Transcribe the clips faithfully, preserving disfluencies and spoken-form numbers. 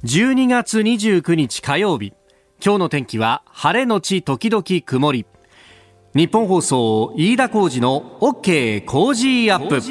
じゅうにがつにじゅうくにち火曜日、今日の天気は晴れのち時々曇り。日本放送飯田浩司の OK 工事アップ。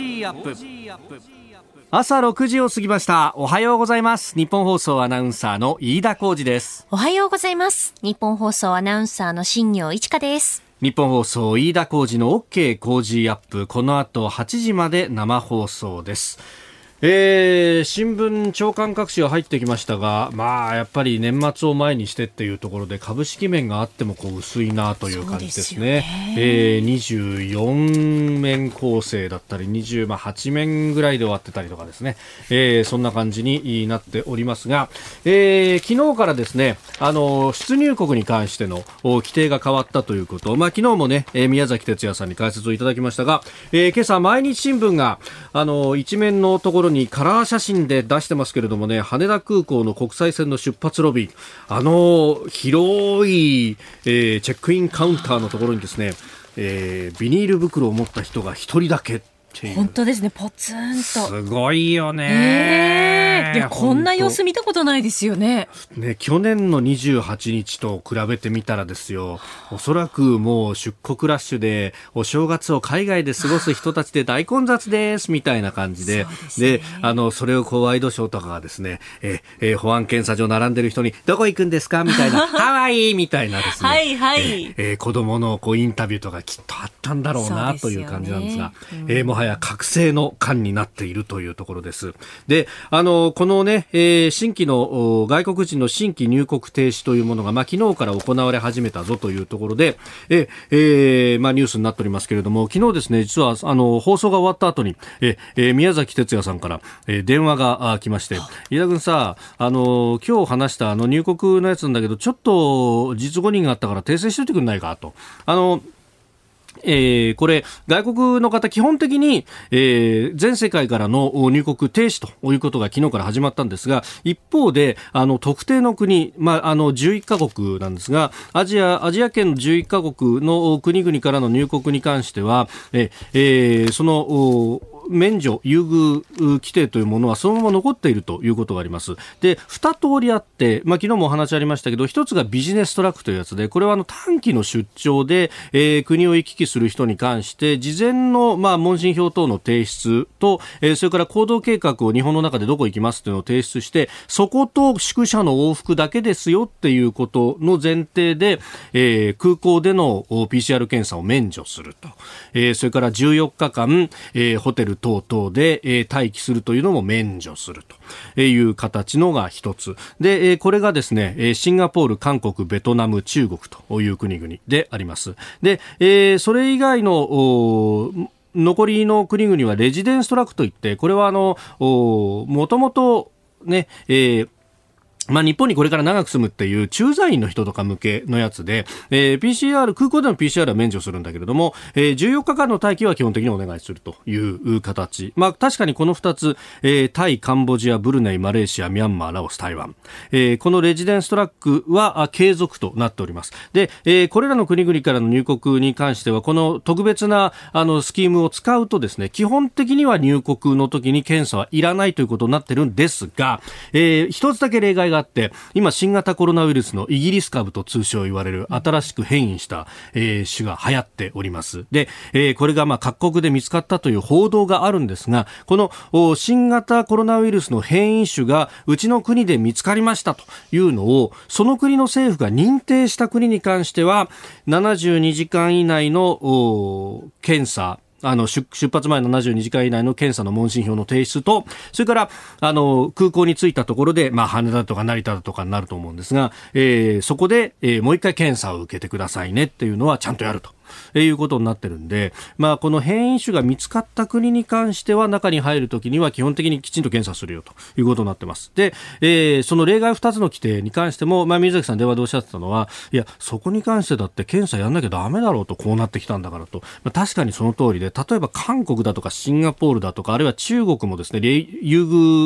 朝ろくじを過ぎました。おはようございます。日本放送アナウンサーの飯田浩司です。 おはようございます。日本放送アナウンサーの新業一華です。 日本放送飯田浩司の OK 工事アップ、この後はちじまで生放送です。えー、新聞朝刊各紙が入ってきましたが、まあやっぱり年末を前にしてっていうところで株式面があってもこう薄いなという感じですね。えー、にじゅうよんめん構成だったりにじゅうはちめんぐらいで終わってたりとかですね、えー、そんな感じになっておりますが、えー、昨日からですね、あの出入国に関しての規定が変わったということ、まあ昨日もね、宮崎哲也さんに解説をいただきましたが、えー、今朝毎日新聞があの一面のところにカラー写真で出してますけれどもね、羽田空港の国際線の出発ロビー、あの広い、えー、チェックインカウンターのところにですね、えー、ビニール袋を持った人が一人だけっていう。 本当ですね、ポツンとすごいよね、 えー、いやこんな様子見たことないですよ ね, ね去年のにじゅうはちにちと比べてみたらですよ、おそらくもう出国ラッシュでお正月を海外で過ごす人たちで大混雑ですみたいな感じ で, で, であのそれをこうワイドショーとかがですね、ええ保安検査場並んでる人にどこ行くんですかみたいなハワイみたいなですねはいはい、 ええ子供のこうインタビューとかきっとあったんだろうなという感じなんですが、うんえー、もはや覚醒の感になっているというところです。で、あのこのね、えー、新規の外国人の新規入国停止というものが、まあ、昨日から行われ始めたぞというところで、ええーまあ、ニュースになっておりますけれども、昨日ですね、実はあの放送が終わった後にえ、えー、宮崎哲也さんから、えー、電話が来まして、飯田君さ、あの今日話したあの入国のやつなんだけど、ちょっと実誤認があったから訂正しといてくんないかと。あのえー、これ外国の方基本的に、えー、全世界からの入国停止ということが昨日から始まったんですが、一方であの特定の国、まあ、あのじゅういっかこくなんですが、アジア、アジア圏のじゅういっかこくの国々からの入国に関しては、えーえー、その免除優遇規定というものはそのまま残っているということがあります。で、二通りあって、まあ、昨日もお話ありましたけど、一つがビジネストラックというやつで、これはあの短期の出張で、えー、国を行き来する人に関して事前の、まあ、問診票等の提出と、えー、それから行動計画を日本の中でどこ行きますというのを提出して、そこと宿舎の往復だけですよっていうことの前提で、えー、空港での ピーシーアール 検査を免除すると、えー、それからじゅうよっかかん、えー、ホテル等々で、えー、待機するというのも免除するという形のが一つで、えー、これがですね、シンガポール、韓国、ベトナム、中国という国々であります。で、えー、それ以外の残りの国々はレジデンストラックといって、これはあのもともとね、えーまあ、日本にこれから長く住むっていう駐在員の人とか向けのやつで、えー、ピーシーアール、空港での ピーシーアール は免除するんだけれども、えー、じゅうよっかかんの待機は基本的にお願いするという形。まあ、確かにこのふたつ、えー、タイ、カンボジア、ブルネイ、マレーシア、ミャンマー、ラオス、台湾。えー、このレジデンストラックは継続となっております。で、えー、これらの国々からの入国に関しては、この特別なあのスキームを使うとですね、基本的には入国の時に検査はいらないということになってるんですが、えー、一つだけ例外があって、今新型コロナウイルスのイギリス株と通称言われる新しく変異した、えー、種が流行っております。で、えー、これがまあ各国で見つかったという報道があるんですが、この新型コロナウイルスの変異種がうちの国で見つかりましたというのを、その国の政府が認定した国に関してはななじゅうにじかん以内の検査、あの 出, 出発前のななじゅうにじかん以内の検査の問診票の提出と、それからあの空港に着いたところで、まあ、羽田とか成田とかになると思うんですが、えー、そこで、えー、もう一回検査を受けてくださいねっていうのはちゃんとやるということになってるんで、まあ、この変異種が見つかった国に関しては中に入るときには基本的にきちんと検査するよということになってます。で、えー、その例外ふたつの規定に関しても、まあ、水崎さん電話でおっしゃってたのは、いやそこに関してだって検査やんなきゃダメだろうと、こうなってきたんだからと、まあ、確かにその通りで、例えば韓国だとかシンガポールだとか、あるいは中国もですね、優遇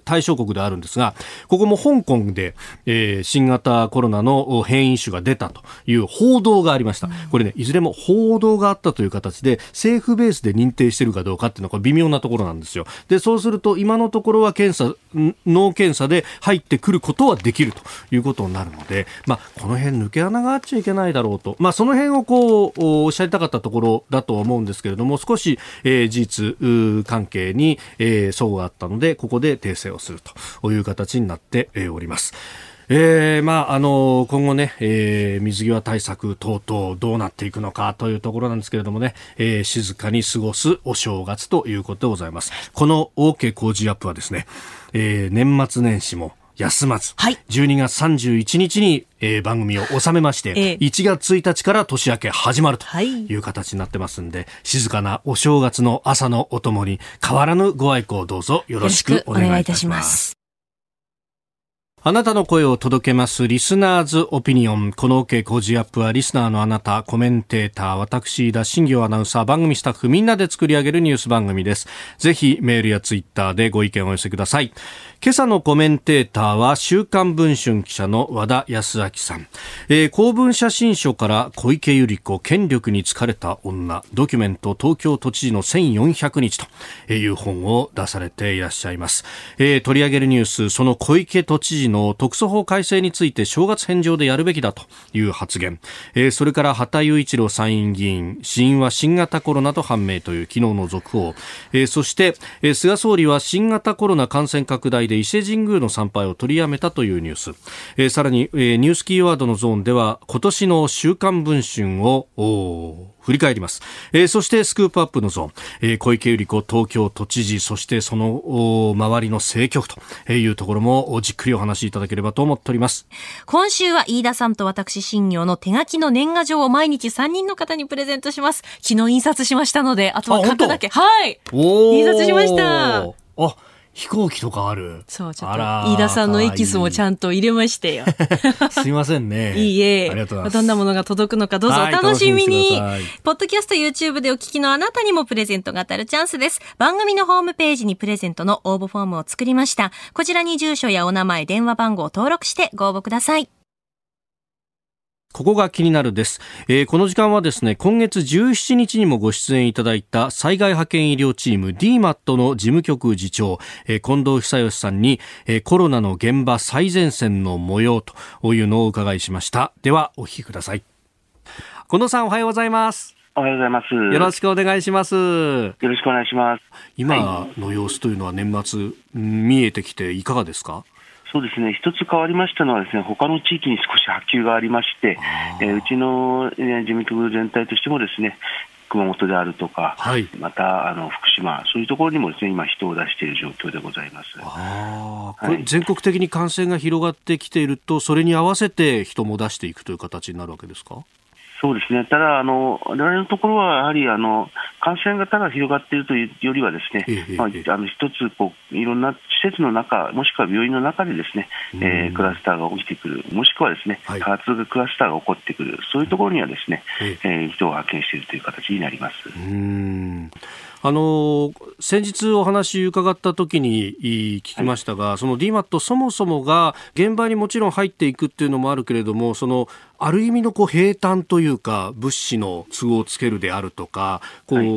対象国であるんですが、ここも香港で、えー、新型コロナの変異種が出たという報道がありました。これね、いずれも報道があったという形で政府ベースで認定しているかどうかっていうのはこれ微妙なところなんですよ。で、そうすると今のところは検査、脳検査で入ってくることはできるということになるので、まあ、この辺抜け穴があっちゃいけないだろうと、まあ、その辺をこうおっしゃりたかったところだと思うんですけれども、少し、えー、事実関係に、えー、相があったのでここで訂正をするという形になっております。えーまあ、あの今後ね、えー、水際対策等々どうなっていくのかというところなんですけれどもね、えー、静かに過ごすお正月ということでございます。この OK 工事アップはですね、えー、年末年始も休まず、はい、じゅうにがつさんじゅういちにちに、えー、番組を収めまして、えー、いちがつついたちから年明け始まるという形になってますんで、はい、静かなお正月の朝のおともに変わらぬご愛顧をどうぞよろしくお願いいたします。あなたの声を届けますリスナーズオピニオン。この OK 工事アップはリスナーのあなた、コメンテーター、私田新行アナウンサー、番組スタッフみんなで作り上げるニュース番組です。ぜひメールやツイッターでご意見をお寄せください。今朝のコメンテーターは週刊文春記者の和田康明さん、えー、公文写真書から小池百合子権力に疲れた女ドキュメント東京都知事のせんよんひゃくにちという本を出されていらっしゃいます。えー、取り上げるニュース、その小池都知事の特措法改正について正月返上でやるべきだという発言、えー、それから畑雄一郎参院議員死因は新型コロナと判明という昨日の続報、えー、そして、えー、菅総理は新型コロナ感染拡大で伊勢神宮の参拝を取りやめたというニュース、えー、さらに、えー、ニュースキーワードのゾーンでは今年の週刊文春を振り返ります。えー、そしてスクープアップのゾーン、えー、小池百合子東京都知事、そしてその周りの政局というところもじっくりお話しいただければと思っております。 今週は飯田さんと私新行の手書きの年賀状を毎日さんにんの方にプレゼントします。昨日印刷しましたので、あとは書くだけ。はい。印刷しました。 あ、飛行機とかある。 そう、ちょっと飯田さんのエキスもちゃんと入れましてよ。 すいませんね。 いいえ。 ありがとうございます。 どんなものが届くのかどうぞお楽しみに。ポッドキャスト YouTube でお聞きのあなたにもプレゼントが当たるチャンスです。番組のホームページにプレゼントの応募フォームを作りました。こちらに住所やお名前、電話番号を登録してご応募ください。 ここが気になるです、えー、この時間はですね、今月じゅうしちにちにもご出演いただいた災害派遣医療チーム ディーマット の事務局次長、えー、近藤久義さんに、えー、コロナの現場最前線の模様というのをお伺いしました。ではお聞きください。近藤さん、おはようございます。 おはようございます。 よろしくお願いします。よろしくお願いします。 今の様子というのは年末見えてきていかがですか？ そうですね、一つ変わりましたのはですね、他の地域に少し波及がありまして、えー、うちの、えー、事務局全体としてもですね、熊本であるとか、はい、またあの福島、そういうところにもですね、今人を出している状況でございます。 あ、これ全国的に感染が広がってきていると、それに合わせて人も出していくという形になるわけですか？ そうですね、ただあの、我々のところはやはりあの感染がただ広がっているというよりはですね、ええまあ、あの一つこういろんな施設の中、もしくは病院の中でですね、えー、クラスターが起きてくる、もしくはですね、はい、加圧クラスターが起こってくる、そういうところにはですね、ええー、人を派遣しているという形になります。 うーん、あの先日お話伺った時に聞きましたが、はい、その ディーマット そもそもが現場にもちろん入っていくっていうのもあるけれども、そのある意味のこう平坦というか物資の都合をつけるであるとか、こう、はい、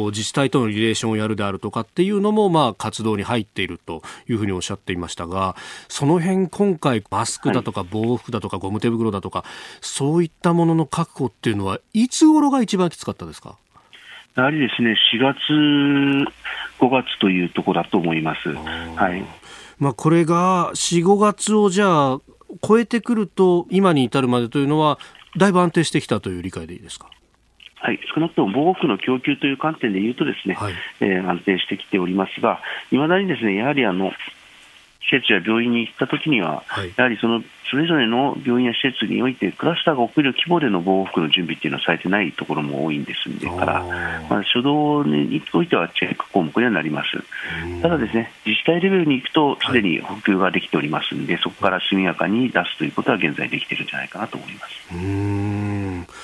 自治体とのリレーションをやるであるとかっていうのもまあ活動に入っているというふうにおっしゃっていましたが、その辺今回マスクだとか防護服だとかゴム手袋だとか、そういったものの確保っていうのはいつ頃が一番きつかったですか？ やはりですね、しがつごがつというところだと思います。はい、 まあ、これがよん、ごがつをじゃあ超えてくると今に至るまでというのはだいぶ安定してきたという理解でいいですか？ はい、少なくとも防護服の供給という観点でいうとですね、はい、えー、安定してきておりますが、いまだにですね、やはりあの施設や病院に行ったときには、はい、やはりそのそれぞれの病院や施設においてクラスターが起きる規模での防護服の準備というのはされてないところも多いんですから、まあ、初動においてはチェック項目にはなります。ただですね、自治体レベルに行くとすでに補給ができておりますので、はい、そこから速やかに出すということは現在できているんじゃないかなと思います。 うーん、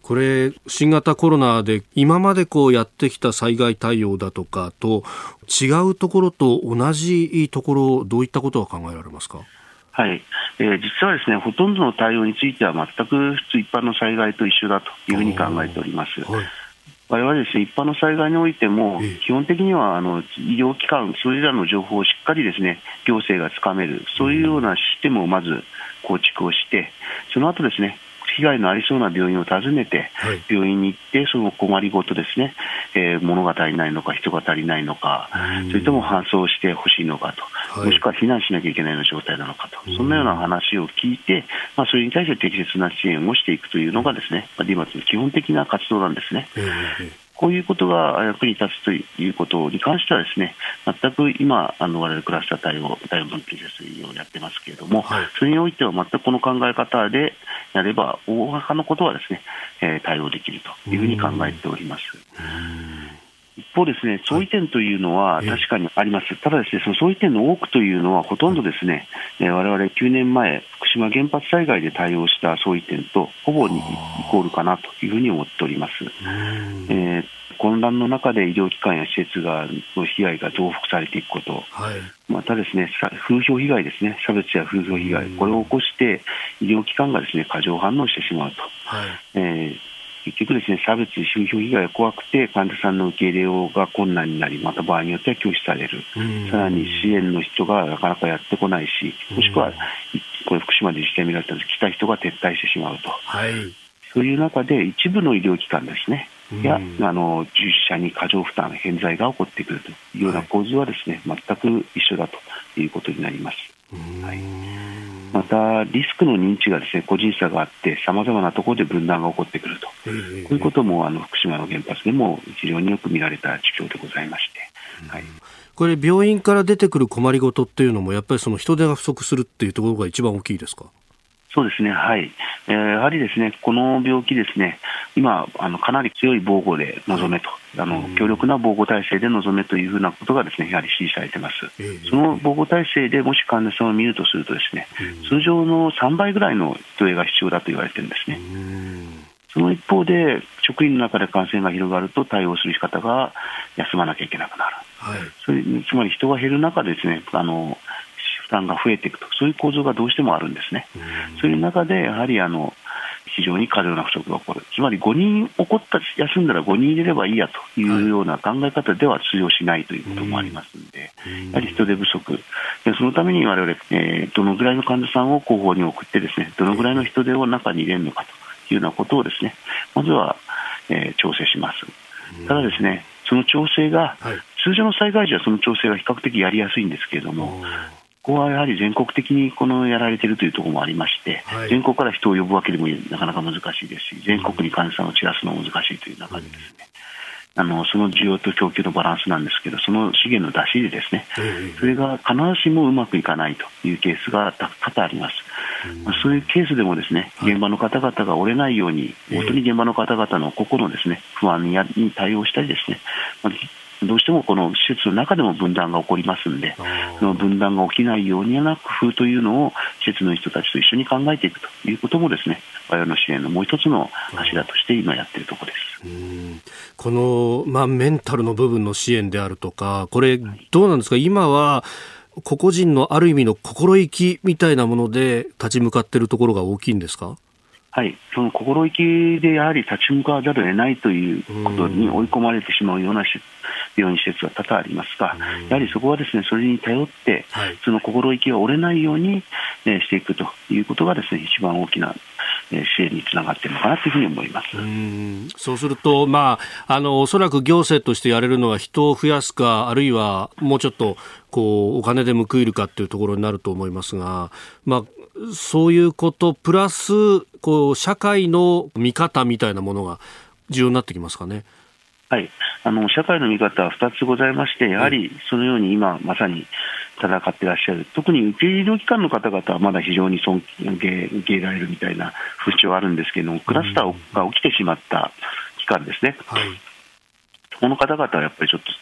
これ新型コロナで今までこうやってきた災害対応だとかと違うところと同じところ、どういったことが考えられますか？ はい、えー、実はですね、ほとんどの対応については全く普通一般の災害と一緒だというふうに考えております。はい、我々ですね、一般の災害においても基本的にはあの医療機関それらの情報をしっかりですね行政がつかめる、そういうようなシステムをまず構築をして、その後ですね被害のありそうな病院を訪ねて、はい、病院に行ってその困りごとですね、えー、物が足りないのか人が足りないのか、それとも搬送してほしいのかと、はい、もしくは避難しなきゃいけないような状態なのかと、そんなような話を聞いて、まあ、それに対して適切な支援をしていくというのがですね、まあ、ディマツの基本的な活動なんですね。えーこういうことが役に立つということに関してはですね、全く今あの我々クラスター対応対応分岐ですをやってますけれども、はい、それにおいては全くこの考え方でやれば大幅のことはですね、えー、対応できるというふうに考えております。一方ですね、相違点というのは確かにあります。ただですね、その相違点の多くというのはほとんどですね、えー、我々きゅうねんまえ福島原発災害で対応した相違点とほぼにイコールかなというふうに思っております。えー、混乱の中で医療機関や施設がの被害が増幅されていくこと、はい、またですね、風評被害ですね、差別や風評被害、これを起こして医療機関がですね過剰反応してしまうと。はい、えー結局ですね、差別、風評被害が怖くて患者さんの受け入れようが困難になり、また場合によっては拒否される、さらに支援の人がなかなかやってこないし、もしくはこれ福島で実際見られたんです来た人が撤退してしまうと、はい、そういう中で一部の医療機関ですねやあの従事者に過剰負担、偏在が起こってくるというような構図はですね、全く一緒だということになります。はい、またリスクの認知がですね個人差があって様々なところで分断が起こってくると、こういうこともあの福島の原発でも非常によく見られた事況でございまして、はい、 これ病院から出てくる困りごとっていうのもやっぱりその人手が不足するっていうところが一番大きいですか？ そうですね、はい、えー、やはりですねこの病気ですね、今あのかなり強い防護で臨めと、あの強力な防護体制で臨めというふうなことがですねやはり指示されています。その防護体制でもし患者さんを見るとするとですね、通常のさんばいぐらいの人手が必要だと言われているんですね。その一方で職員の中で感染が広がると対応する仕方が休まなきゃいけなくなる、はい、それつまり人が減る中でですねあの負担が増えていくと、そういう構造がどうしてもあるんですね。そういう中でやはりあの非常に過剰な不足が起こる、つまりごにん起こった休んだらごにん入れればいいやというような考え方では通用しないということもありますので、やはり人手不足で、そのために我々、えー、どのぐらいの患者さんを後方に送ってですねどのぐらいの人手を中に入れるのかというようなことをですねまずは、えー、調整します。ただですねその調整が、はい、通常の災害時はその調整が比較的やりやすいんですけれども、ここはやはり全国的にこのやられているというところもありまして、はい、全国から人を呼ぶわけでもなかなか難しいですし、全国に患者さんを散らすのも難しいという中でですね、うん、あのその需要と供給のバランスなんですけど、その資源の出し入れですね、うん、それが必ずしもうまくいかないというケースが多々あります。うんまあ、そういうケースでもですね現場の方々が折れないように、本当に現場の方々の個々のですね不安に対応したりですね、まあどうしてもこの施設の中でも分断が起こりますので、その分断が起きないような工夫というのを施設の人たちと一緒に考えていくということもですね我々の支援のもう一つの柱として今やっているところです。 うんこの、まあ、メンタルの部分の支援であるとか、これどうなんですか、今は個々人のある意味の心意気みたいなもので立ち向かっているところが大きいんですか？ はい、その心意気でやはり立ち向かわざるを得ないということに追い込まれてしまうような病院施設は多々ありますが、やはりそこはですねそれに頼って、はい、その心意気が折れないように、ね、していくということがですね一番大きな支援につながっているのかなというふうに思います。 うーんそうすると、まあ、あのおそらく行政としてやれるのは人を増やすか、あるいはもうちょっとこうお金で報いるかというところになると思いますが、まあそういうことプラスこう社会の見方みたいなものが重要になってきますかね。 はい、あの社会の見方はふたつございまして、やはりそのように今まさに戦っていらっしゃる、特に受け入れ医療機関の方々はまだ非常に尊敬受け入れられるみたいな風潮はあるんですけれども、クラスターが起きてしまった機関ですね、はい、この方々はやっぱりちょっと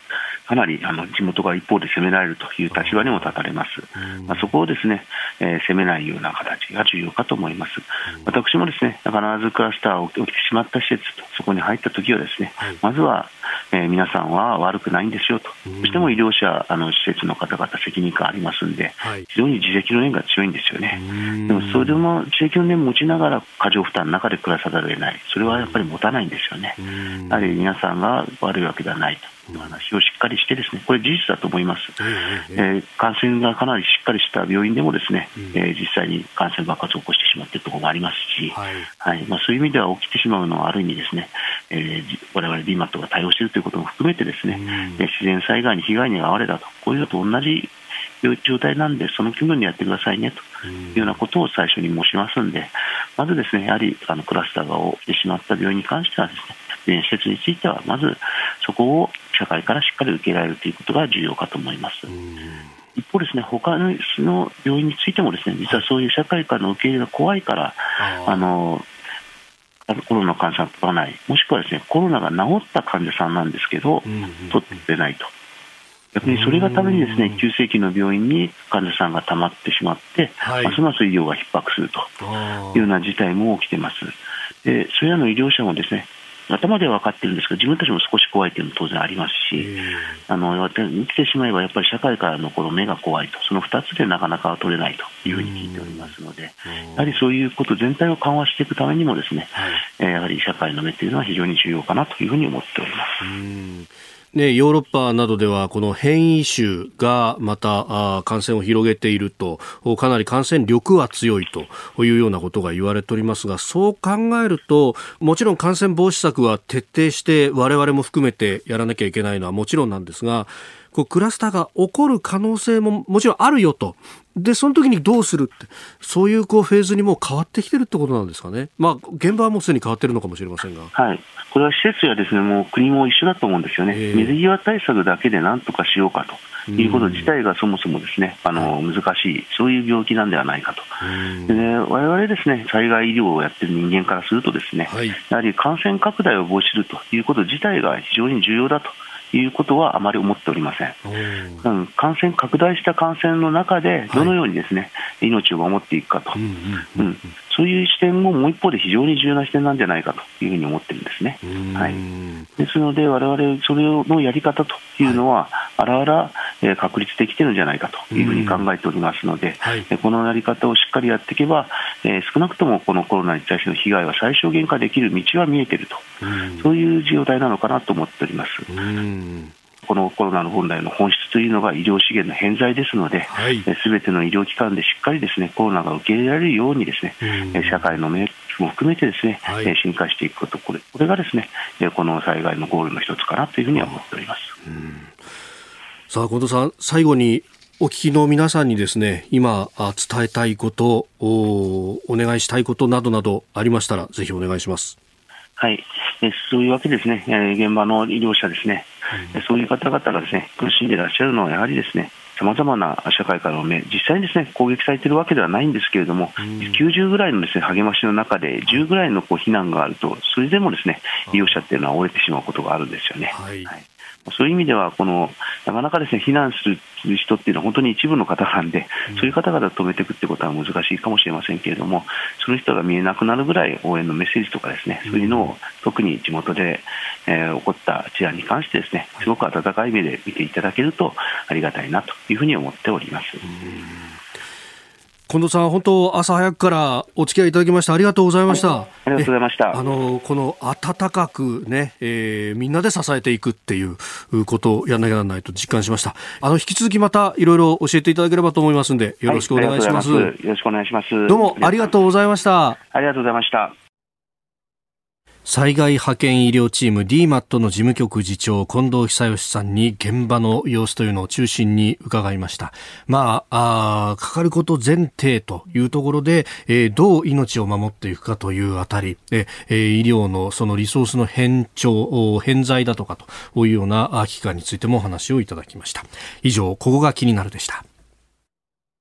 かなりあの地元が一方で攻められるという立場にも立たれます。まあ、そこをですね、えー、攻めないような形が重要かと思います。私もですね、必ずクラスターを起きてしまった施設とそこに入ったときはですね、はい、まずは、えー、皆さんは悪くないんですよと、どうしても医療者あの施設の方々責任感ありますんで、はい、非常に自責の念が強いんですよね。でもそれでも自責の念を持ちながら過剰負担の中で暮らさざるを得ない、それはやっぱり持たないんですよね。やはり皆さんが悪いわけではないという話をしっかりしてですね、これ事実だと思います。えー、感染がかなりしっかりした病院でもですね、えー、実際に感染爆発を起こしてしまっているところもありますし、はいはいまあ、そういう意味では起きてしまうのはある意味ですね、えー、我々 ディーマット が対応しているということも含めてですね、自然災害に被害に遭われたと、こういうのと同じ状態なんでその気分でやってくださいねというようなことを最初に申しますんで、まずですね、やはりあのクラスターが起きてしまった病院に関してはですね、施設についてはまずそこを社会からしっかり受け入れられるということが重要かと思います。一方ですね、他の病院についてもですね、実はそういう社会からの受け入れが怖いからあのコロナ感染を取らない、もしくはですね、コロナが治った患者さんなんですけど取ってないと、逆にそれがためにですね、急性期の病院に患者さんが溜まってしまって、はい、ますます医療が逼迫するというような事態も起きています。でそれらの医療者もですね、頭では分かっているんですが、自分たちも少し怖いというのも当然ありますし、あの生きてしまえばやっぱり社会からのこの目が怖いと、そのふたつでなかなか取れないというふうに聞いておりますので、やはりそういうこと全体を緩和していくためにもですね、はい、やはり社会の目というのは非常に重要かなというふうに思っております。 うんね、ヨーロッパなどではこの変異種がまた感染を広げていると、かなり感染力は強いというようなことが言われておりますが、そう考えるともちろん感染防止策は徹底して我々も含めてやらなきゃいけないのはもちろんなんですが、こうクラスターが起こる可能性ももちろんあるよと、でその時にどうするって、そういうこうフェーズにもう変わってきてるってことなんですかね。まあ現場はもうすでに変わってるのかもしれませんが、 はい、これは施設やですね、もう国も一緒だと思うんですよね。えー、水際対策だけでなんとかしようかということ自体がそもそもですね、あの難しい、そういう病気なんではないかと。でね、我々ですね、災害医療をやっている人間からするとですね、はい、やはり感染拡大を防止するということ自体が非常に重要だということはあまり思っておりません。うん、感染拡大した感染の中でどのようにですね、はい、命を守っていくかと、うんうんうんうん、そういう視点ももう一方で非常に重要な視点なんじゃないかというふうに思ってるんですね。はい、ですので我々それのやり方というのは、はい、あらあら、えー、確立できているんじゃないかというふうに考えておりますので、はい、このやり方をしっかりやっていけば、えー、少なくともこのコロナに対しての被害は最小限化できる道は見えていると、そういう状態なのかなと思っております。このコロナの本来の本質というのが医療資源の偏在ですので、はい、全ての医療機関でしっかりですね、コロナが受け入れられるようにですね、社会の目も含めてですね、はい、進化していくこと、これ、これがですね、この災害のゴールの一つかなというふうには思っております。うん、 さあ近藤さん、最後にお聞きの皆さんにですね、今伝えたいこと、お、お願いしたいことなどなどありましたらぜひお願いします。 はい、えそういうわけですね、えー、現場の医療者ですね、うん、そういう方々がですね、苦しんでいらっしゃるのはやはりですね、さまざまな社会からの目、実際にですね、攻撃されているわけではないんですけれども、うん、きゅうじゅうぐらいのですね、励ましの中でじゅうぐらいのこう非難があると、それでもですね、医療者っていうのは折れてしまうことがあるんですよね。はいはい、そういう意味ではこのなかなかですね、避難する人っていうのは本当に一部の方なんで、うん、そういう方々を止めていくってことは難しいかもしれませんけれども、その人が見えなくなるぐらい応援のメッセージとかですね、そういうのを特に地元で、えー、起こった事案に関してですね、すごく温かい目で見ていただけるとありがたいなというふうに思っております。うん、 近藤さん、本当朝早くからお付き合いいただきましてありがとうございました。 ありがとうございました。 あのこの温かくね、えー、みんなで支えていくっていうことをやらなきゃならないと実感しました。あの引き続きまたいろいろ教えていただければと思いますので、よろしくお願いします。 はい、よろしくお願いします。 どうもありがとうございました。 ありがとうございました。 災害派遣医療チーム ディーマット の事務局次長近藤久義さんに現場の様子というのを中心に伺いました。まあ、あかかること前提というところで、えー、どう命を守っていくかというあたり、えー、医療のそのリソースの偏重偏在だとかというような危機感についてもお話をいただきました。以上、ここが気になるでした。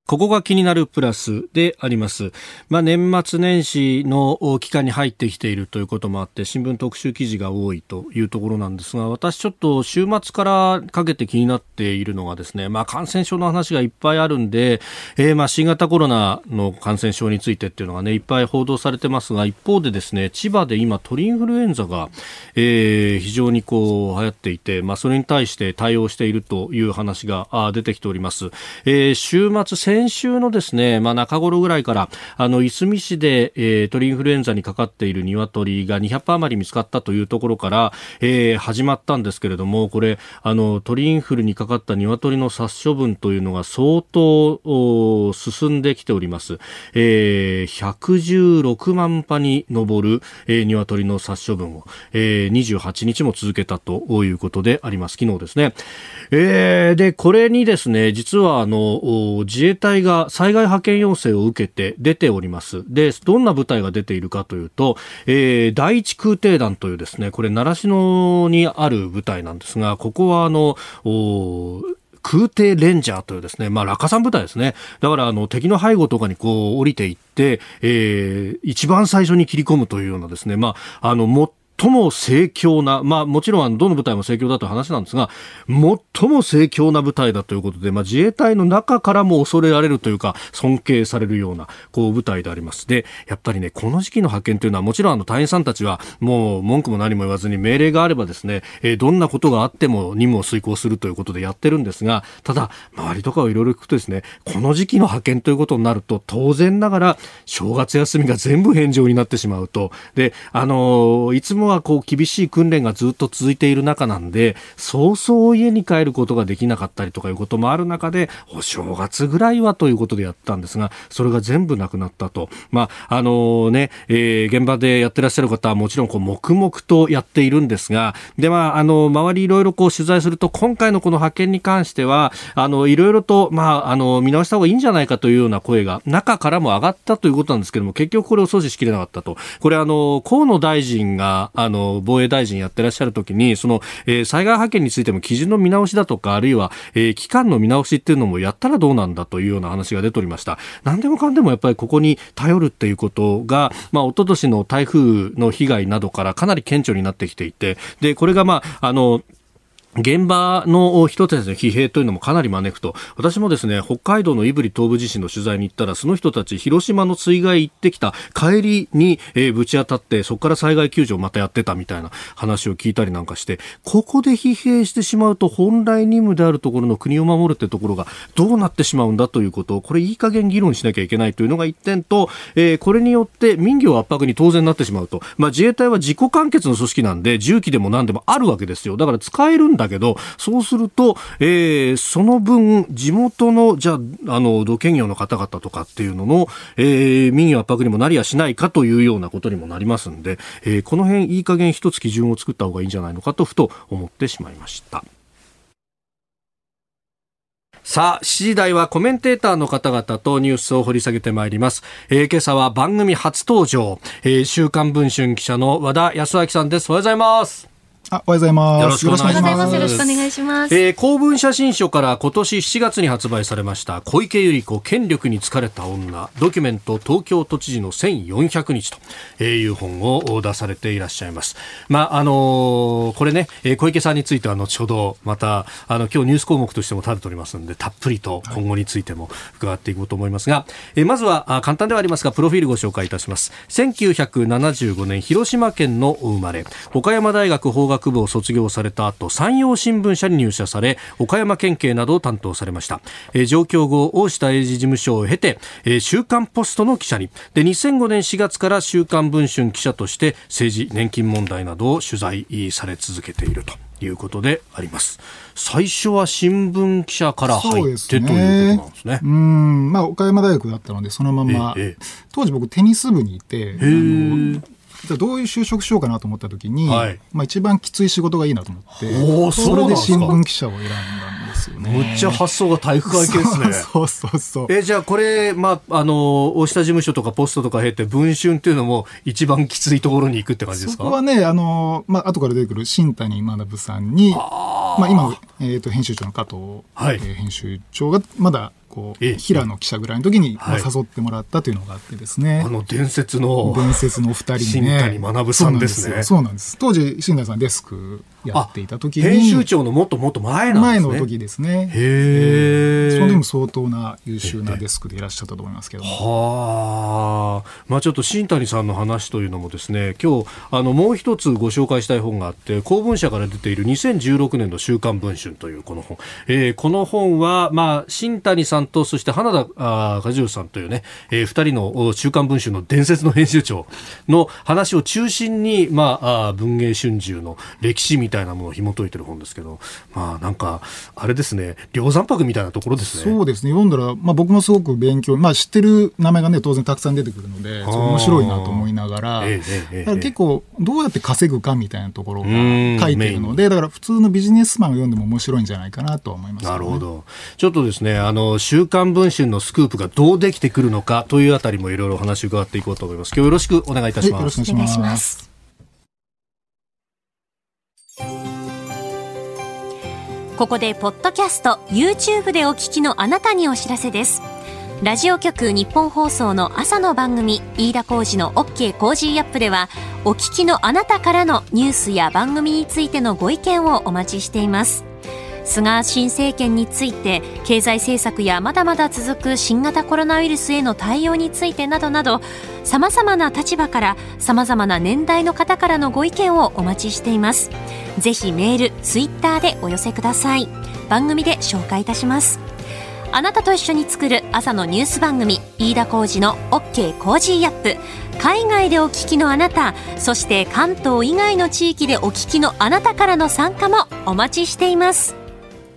ここが気になるプラスであります。まあ、年末年始の期間に入ってきているということもあって新聞特集記事が多いというところなんですが、私ちょっと週末からかけて気になっているのがですね、まあ、感染症の話がいっぱいあるんで、えー、まあ新型コロナの感染症についてっていうのがねいっぱい報道されてますが、一方でですね千葉で今鳥インフルエンザが、えー、非常にこう流行っていて、まあ、それに対して対応しているという話が出てきております。えー、週末先週のですね、まあ、中頃ぐらいからあのいすみ市で、えー、鳥インフルエンザにかかっている鶏がにひゃく羽余り見つかったというところから、えー、始まったんですけれども、これあの鳥インフルにかかった鶏の殺処分というのが相当進んできております。えー、ひゃくじゅうろくまん羽に上る、えー、鶏の殺処分を、えー、にじゅうはちにちも続けたということであります。昨日ですね。えー、でこれにですね実はあの自衛隊が災害派遣要請を受けて出ております。でどんな部隊が出ているかというと、えー、第一空挺団というですねこれ習志野にある部隊なんですが、ここはあの空挺レンジャーというですね、まあ、落下傘部隊ですね。だからあの敵の背後とかにこう降りていって、えー、一番最初に切り込むというようなですね、まあ、あの最も盛況な、まあもちろんあのどの部隊も盛況だという話なんですが、最も盛況な部隊だということで、まあ自衛隊の中からも恐れられるというか尊敬されるようなこう部隊であります。で、やっぱりねこの時期の派遣というのはもちろんあの隊員さんたちはもう文句も何も言わずに命令があればですね、えー、どんなことがあっても任務を遂行するということでやってるんですが、ただ周りとかをいろいろ聞くとですね、この時期の派遣ということになると当然ながら正月休みが全部返上になってしまうと。で、あのー、いつもはこう厳しい訓練がずっと続いている中なんで、早々家に帰ることができなかったりとかいうこともある中で、お正月ぐらいはということでやったんですが、それが全部なくなったと。まああのね、えー、現場でやってらっしゃる方はもちろんこう黙々とやっているんですが、でまああの周りいろいろこう取材すると、今回のこの派遣に関してはあのいろいろとまああの見直した方がいいんじゃないかというような声が中からも上がったということなんですけども、結局これを阻止しきれなかったと。これあの河野大臣があの防衛大臣やってらっしゃるときにその、えー、災害派遣についても基準の見直しだとか、あるいは、えー、期間の見直しっていうのもやったらどうなんだというような話が出ておりました。何でもかんでもやっぱりここに頼るっていうことが、まあ、一昨年の台風の被害などからかなり顕著になってきていて、でこれがまああの現場の人たちの疲弊というのもかなり招くと。私もですね、北海道の胆振東部地震の取材に行ったら、その人たち広島の水害行ってきた帰りに、えー、ぶち当たって、そこから災害救助をまたやってたみたいな話を聞いたりなんかして、ここで疲弊してしまうと本来任務であるところの国を守るってところがどうなってしまうんだということを、これいい加減議論しなきゃいけないというのが一点と、えー、これによって民業圧迫に当然なってしまうと。まあ自衛隊は自己完結の組織なんで、銃器でも何でもあるわけですよ。だから使えるんだだけど、そうすると、えー、その分地元のじゃあ、あの土建業の方々とかっていうのの、えー、民意圧迫にもなりやしないかというようなことにもなりますんで、えー、この辺いい加減一つ基準を作った方がいいんじゃないのかとふと思ってしまいました。さあ、しちじ台はコメンテーターの方々とニュースを掘り下げてまいります。えー、今朝は番組初登場、えー、週刊文春記者の和田康明さんです。おはようございます。 あ、おはようございます。 よろしくお願いします。 よろしくお願いします。 えー、公文写真書から今年しちがつに発売されました小池百合子権力に疲れた女ドキュメント東京都知事のせんよんひゃくにちという本を出されていらっしゃいます。まああのー、これね、小池さんについては後ほどまたあの今日ニュース項目としても立てておりますので、たっぷりと今後についても伺っていこうと思いますが、えー、まずは簡単ではありますがプロフィールご紹介いたします。せんきゅうひゃくななじゅうごねん広島県のお生まれ、岡山大学法学部を卒業された後、山陽新聞社に入社され、岡山県警などを担当されました。えー、上京後大下英二事務所を経て、えー、週刊ポストの記者に、でにせんごねんしがつから週刊文春記者として政治年金問題などを取材され続けているということであります。最初は新聞記者から入って、ね、ということなんですね。 うーん、まあ、岡山大学だったのでそのまま、ええ、当時僕テニス部にいて、あのどういう就職しようかなと思った時に、はい、まあ、一番きつい仕事がいいなと思って、それで新聞記者を選んだんですよね。 むっちゃ発想が体育会系ですね。 そうそうそう。 えじゃあこれ、まあ、あの大下事務所とかポストとか経て文春っていうのも一番きついところに行くって感じですか？ そこはね、あの、まあ、後から出てくる新谷学さんに、あ、まあ、今、えーと、編集長の加藤、はい、えー、編集長がまだこう平野記者ぐらいの時に、まあ、誘ってもらったというのがあってですね、 はい、あの伝説の伝説のお二人にね、 新谷学さんですね。 そうなんです。当時新谷さんデスクやっていた時に、 編集長のもっともっと前なんですね。 前の時ですね。へー。その時も相当な優秀なデスクでいらっしゃったと思いますけども。 はあ、まあ、ちょっと新谷さんの話というのもですね、今日あのもう一つご紹介したい本があって、公文社から出ているにせんじゅうろくねんの週刊文春というこの本、えー、この本は、まあ、新谷さんとそして花田和代さんというね、えー、ふたりの週刊文春の伝説の編集長の話を中心に、まあ、あ文藝春秋の歴史みたいなものを紐解いてる本ですけど、まあ、なんかあれですね、梁山泊みたいなところですね。 そうですね、読んだら、まあ、僕もすごく勉強、まあ、知ってる名前がね当然たくさん出てくるので面白いなと思いながら、ええええ、だから結構どうやって稼ぐかみたいなところが書いてるので、だから普通のビジネスマンが読んでも面白いんじゃないかなと思います、ね、 なるほど。ちょっとですね、あの週刊文春のスクープがどうできてくるのかというあたりもいろいろお話を伺っていこうと思います。今日よろしくお願いいたします。 はい、よろしくお願いします。 ここでポッドキャスト YouTube でお聞きのあなたにお知らせです。ラジオ局日本放送の朝の番組飯田浩司の OK コージーアップでは、お聞きのあなたからのニュースや番組についてのご意見をお待ちしています。菅新政権について、経済政策やまだまだ続く新型コロナウイルスへの対応についてなどなど、様々な立場から様々な年代の方からのご意見をお待ちしています。ぜひメール、ツイッターでお寄せください。番組で紹介いたします。あなたと一緒に作る朝のニュース番組飯田浩司の OK コージーアップ。海外でお聞きのあなた、そして関東以外の地域でお聞きのあなたからの参加もお待ちしています。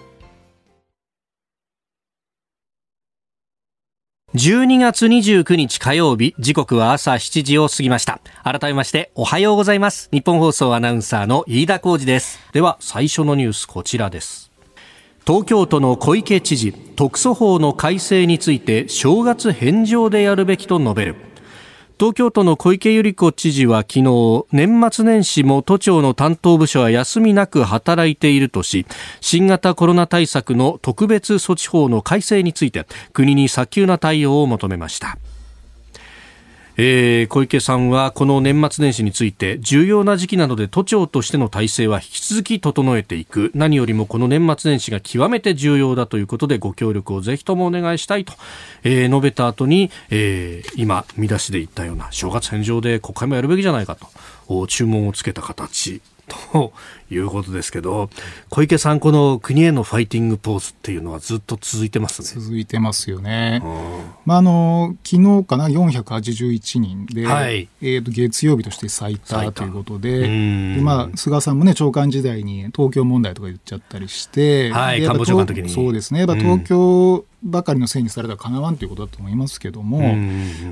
じゅうにがつにじゅうくにち火曜日、時刻は朝しちじを過ぎました。改めましておはようございます。日本放送アナウンサーの飯田浩司です。では最初のニュース、こちらです。東京都の小池知事、特措法の改正について正月返上でやるべきと述べる。東京都の小池百合子知事は昨日、年末年始も都庁の担当部署は休みなく働いているとし、新型コロナ対策の特別措置法の改正について国に早急な対応を求めました。えー、小池さんはこの年末年始について、重要な時期なので都庁としての体制は引き続き整えていく。何よりもこの年末年始が極めて重要だということで、ご協力をぜひともお願いしたいと、えー、述べた後に、えー、今見出しで言ったような正月返上で国会もやるべきじゃないかと注文をつけた形ということですけど、小池さん、この国へのファイティングポーズっていうのはずっと続いてますね。 続いてますよね。まあ、あの昨日かなよんひゃくはちじゅういちにんで、はい、えー、と月曜日として最多ということで、で、まあ、菅さんもね長官時代に東京問題とか言っちゃったりして、 はい、官房長官の時にそうですね、やっぱ東京ばかりのせいにされたらかなわんということだと思いますけども、うんうんうん、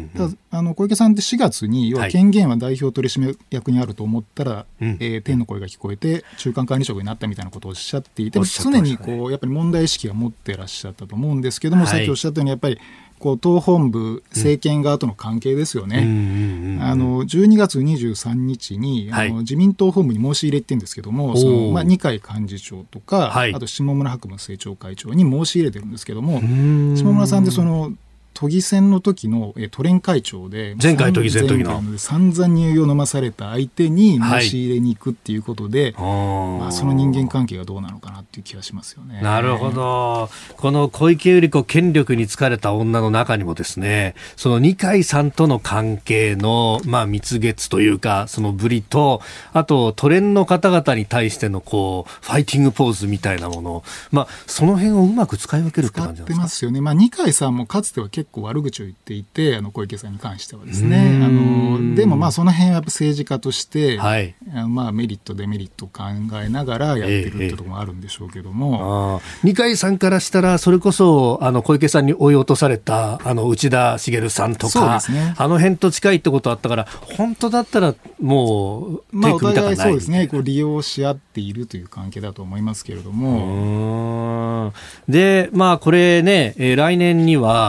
ただあの小池さんってしがつに要は権限は代表取締役にあると思ったら、はい、えー、天の声が聞こえて中間管理職になったみたいなことをおっしゃっていて、常にこうやっぱり問題意識は持っていらっしゃったと思うんですけども、はい、さっきおっしゃったようにやっぱりこう党本部政権側との関係ですよね、うん、あのじゅうにがつにじゅうさんにちに、はい、あの自民党本部に申し入れって言うんですけども、その、まあ、二階幹事長とか、はい、あと下村博務政調会長に申し入れてるんですけども、下村さんってその都議選の時の都連会長で、 前回都議選の時の散々乳を飲まされた相手に申し入れに行くっていうことで、はい、まあ、その人間関係がどうなのかなっていう気がしますよね。 なるほど。この小池百合子権力に疲れた女の中にもですね、その二階さんとの関係の、まあ、蜜月というかそのぶりと、あと都連の方々に対してのこうファイティングポーズみたいなもの、まあ、その辺をうまく使い分けるって感じなんですか。 使ってますよね。まあ、二階さんもかつては結構結構悪口を言っていて、あの小池さんに関してはですね、あのでもまあその辺はやっぱ政治家として、はい、まあメリットデメリットを考えながらやってるってところもあるんでしょうけども、 ええ、二階さんからしたらそれこそあの小池さんに追い落とされたあの内田茂さんとか、ね、あの辺と近いってことあったから、本当だったらもう手組みたくない、まあ、お互いそうですね、こう利用し合っているという関係だと思いますけれども、 うーんで、まあこれね、えー、来年にはあ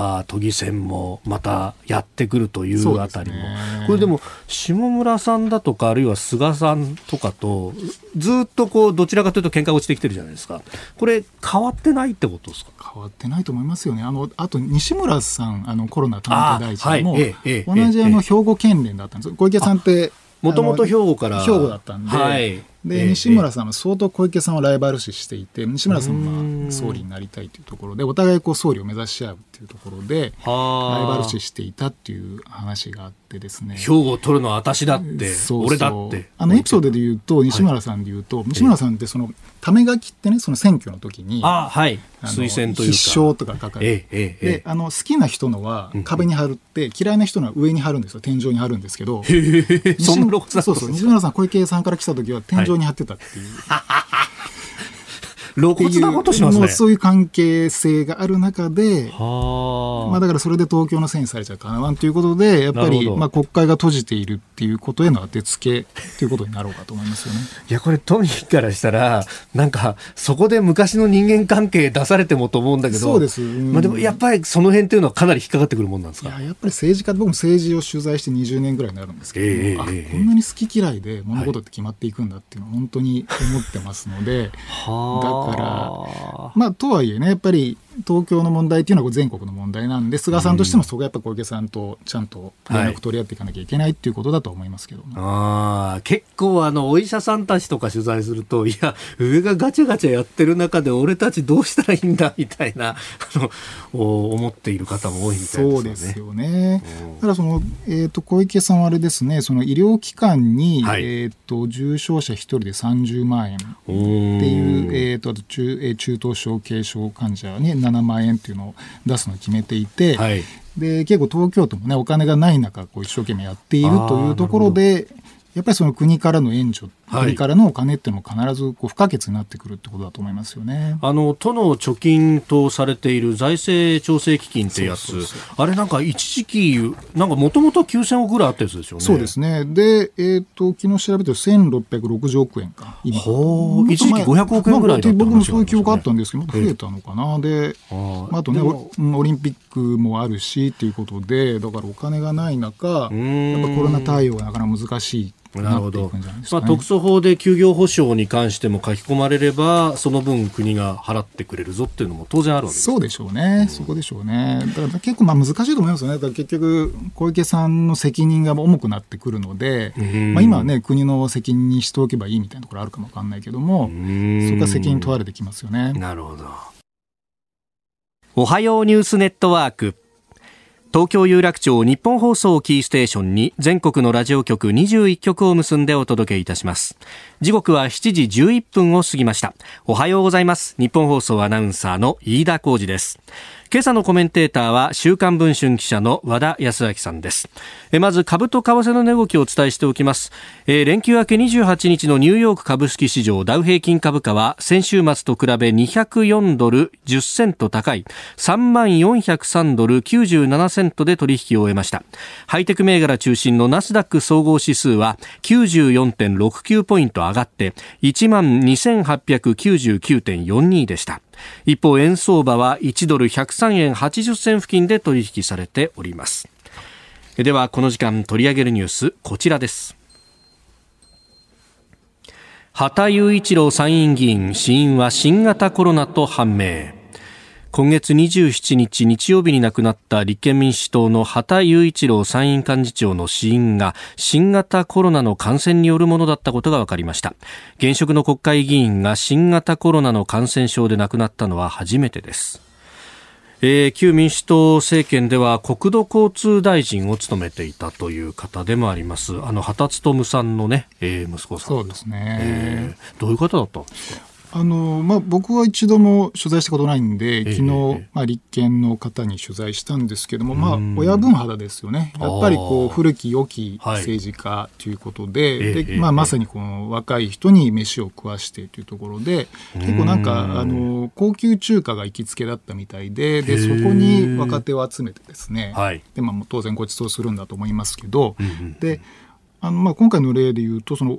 あ都議選もまたやってくるというあたりも、これでも下村さんだとかあるいは菅さんとかとずっとこうどちらかというと喧嘩が落ちてきてるじゃないですか。これ変わってないってことですか？ 変わってないと思いますよね。あのあと西村さん、あのコロナ担当大臣も、はいええ、同じあの兵庫県連だったんです。小池さんってもともと兵庫から兵庫だったんで、はい、で、えー、西村さんは相当小池さんをライバル視していて、西村さんは総理になりたいというところでお互いこう総理を目指し合うというところでライバル視していたっていう話があってですね、 兵庫を取るのは私だってそうそう俺だってあのエピソードで言うと西村さんで言うと、はい、西村さんってそのため書きってね、その選挙の時にあ、はい、推薦というか必勝とか書かれて、ええええ、であの好きな人のは壁に貼るって、うん、嫌いな人のは上に貼るんですよ。天井に貼るんですけど、 へへそんなそうそう西村さん小池さんから来た時は天井に貼ってたっていう、はい露骨なことしますね。 そういう関係性がある中で、はまあ、だからそれで東京のせいにされちゃうかなわんということでやっぱりまあ国会が閉じているっていうことへの当てつけということになろうかと思いますよね。 いやこれ都民からしたらなんかそこで昔の人間関係出されてもと思うんだけど、 そうです、うんまあ、でもやっぱりその辺っていうのはかなり引っかかってくるもんなんですか？ いややっぱり政治家、僕も政治を取材してにじゅうねんぐらいになるんですけど、えー、あ、えー、こんなに好き嫌いで物事って決まっていくんだっていうのは本当に思ってますので、はい、だからまあ、とはいえね、やっぱり東京の問題というのは全国の問題なんで、菅さんとしてもそこはやっぱ小池さんとちゃんと連絡取り合っていかなきゃいけないっていうことだと思いますけど、ね、 はい、あ結構あのお医者さんたちとか取材すると、いや上がガチャガチャやってる中で俺たちどうしたらいいんだみたいなあの思っている方も多いみたいですよね。 そうですよね。ただその、えー、と小池さんはあれですね、その医療機関に、はいえー、と重症者ひとりでさんじゅうまんえんっていう、えー、とあと 中, 中等症軽症患者にななまんえんっていうのを出すのを決めていて、はい、で結構東京都もねお金がない中こう一生懸命やっているというところで、やっぱりその国からの援助、はい、国からのお金っていうのも必ずこう不可欠になってくるってことだと思いますよね。 あの都の貯金とされている財政調整基金ってやつ、そうそうそうあれなんか一時期なんかもともときゅうせんおくぐらいあったやつですよね。 そうですね。で、えー、と昨日調べてせんろっぴゃくろくじゅうおくえんか今ほ一時期ごひゃくおくえんぐらいだったんですよね。 僕もそういう記憶あったんですけどまた増えたのかな。であ, あとねオリンピックもあるしということで、だからお金がない中やっぱコロナ対応がなかなか難しい。 なるほど。まあ、特措法で休業補償に関しても書き込まれればその分国が払ってくれるぞっていうのも当然あるわけです。 そうでしょうね、うん、そこでしょうね。だから結構まあ難しいと思いますよね。だから結局小池さんの責任が重くなってくるので、まあ、今はね国の責任にしておけばいいみたいなところあるかもわかんないけども、そこが責任問われてきますよね。 なるほど。おはようニュースネットワーク、東京有楽町日本放送キーステーションに全国のラジオ局にじゅういっきょくを結んでお届けいたします。時刻はしちじじゅういっぷんを過ぎました。おはようございます。日本放送アナウンサーの飯田浩司です。今朝のコメンテーターは週刊文春記者の和田康明さんです。えまず株と為替の値動きをお伝えしておきます。え連休明けにじゅうはちにちのニューヨーク株式市場ダウ平均株価は先週末と比べにひゃくよんドルじゅっセント高い さんまんよんひゃくさんドルきゅうじゅうななセントで取引を終えました。ハイテク銘柄中心のナスダック総合指数は きゅうじゅうよんてんろくきゅう ポイント上がっていちまんにせんはっぴゃくきゅうじゅうきゅうてんよんに でした。一方円相場はいちドルひゃくさんえんはちじゅっせん付近で取引されております。ではこの時間取り上げるニュースこちらです。羽田雄一郎参院議員死因は新型コロナと判明。今月にじゅうしちにち日曜日に亡くなった立憲民主党の羽田雄一郎参院幹事長の死因が新型コロナの感染によるものだったことが分かりました。現職の国会議員が新型コロナの感染症で亡くなったのは初めてです。えー、旧民主党政権では国土交通大臣を務めていたという方でもありますあの羽田孜さんのね、えー、息子さん。 そうですね、 えー、どういう方だったんですか？ あのまあ、僕は一度も取材したことないんで、昨日、ええまあ、立憲の方に取材したんですけども、まあ、親分肌ですよね。やっぱりこう古き良き政治家ということで、はい、でまあ、まさにこの若い人に飯を食わしてというところで、結構なんかあの高級中華が行きつけだったみたいで、でそこに若手を集めてですね、はい、でまあ、当然ご馳走するんだと思いますけど、うんうん、であのまあ、今回の例でいうとその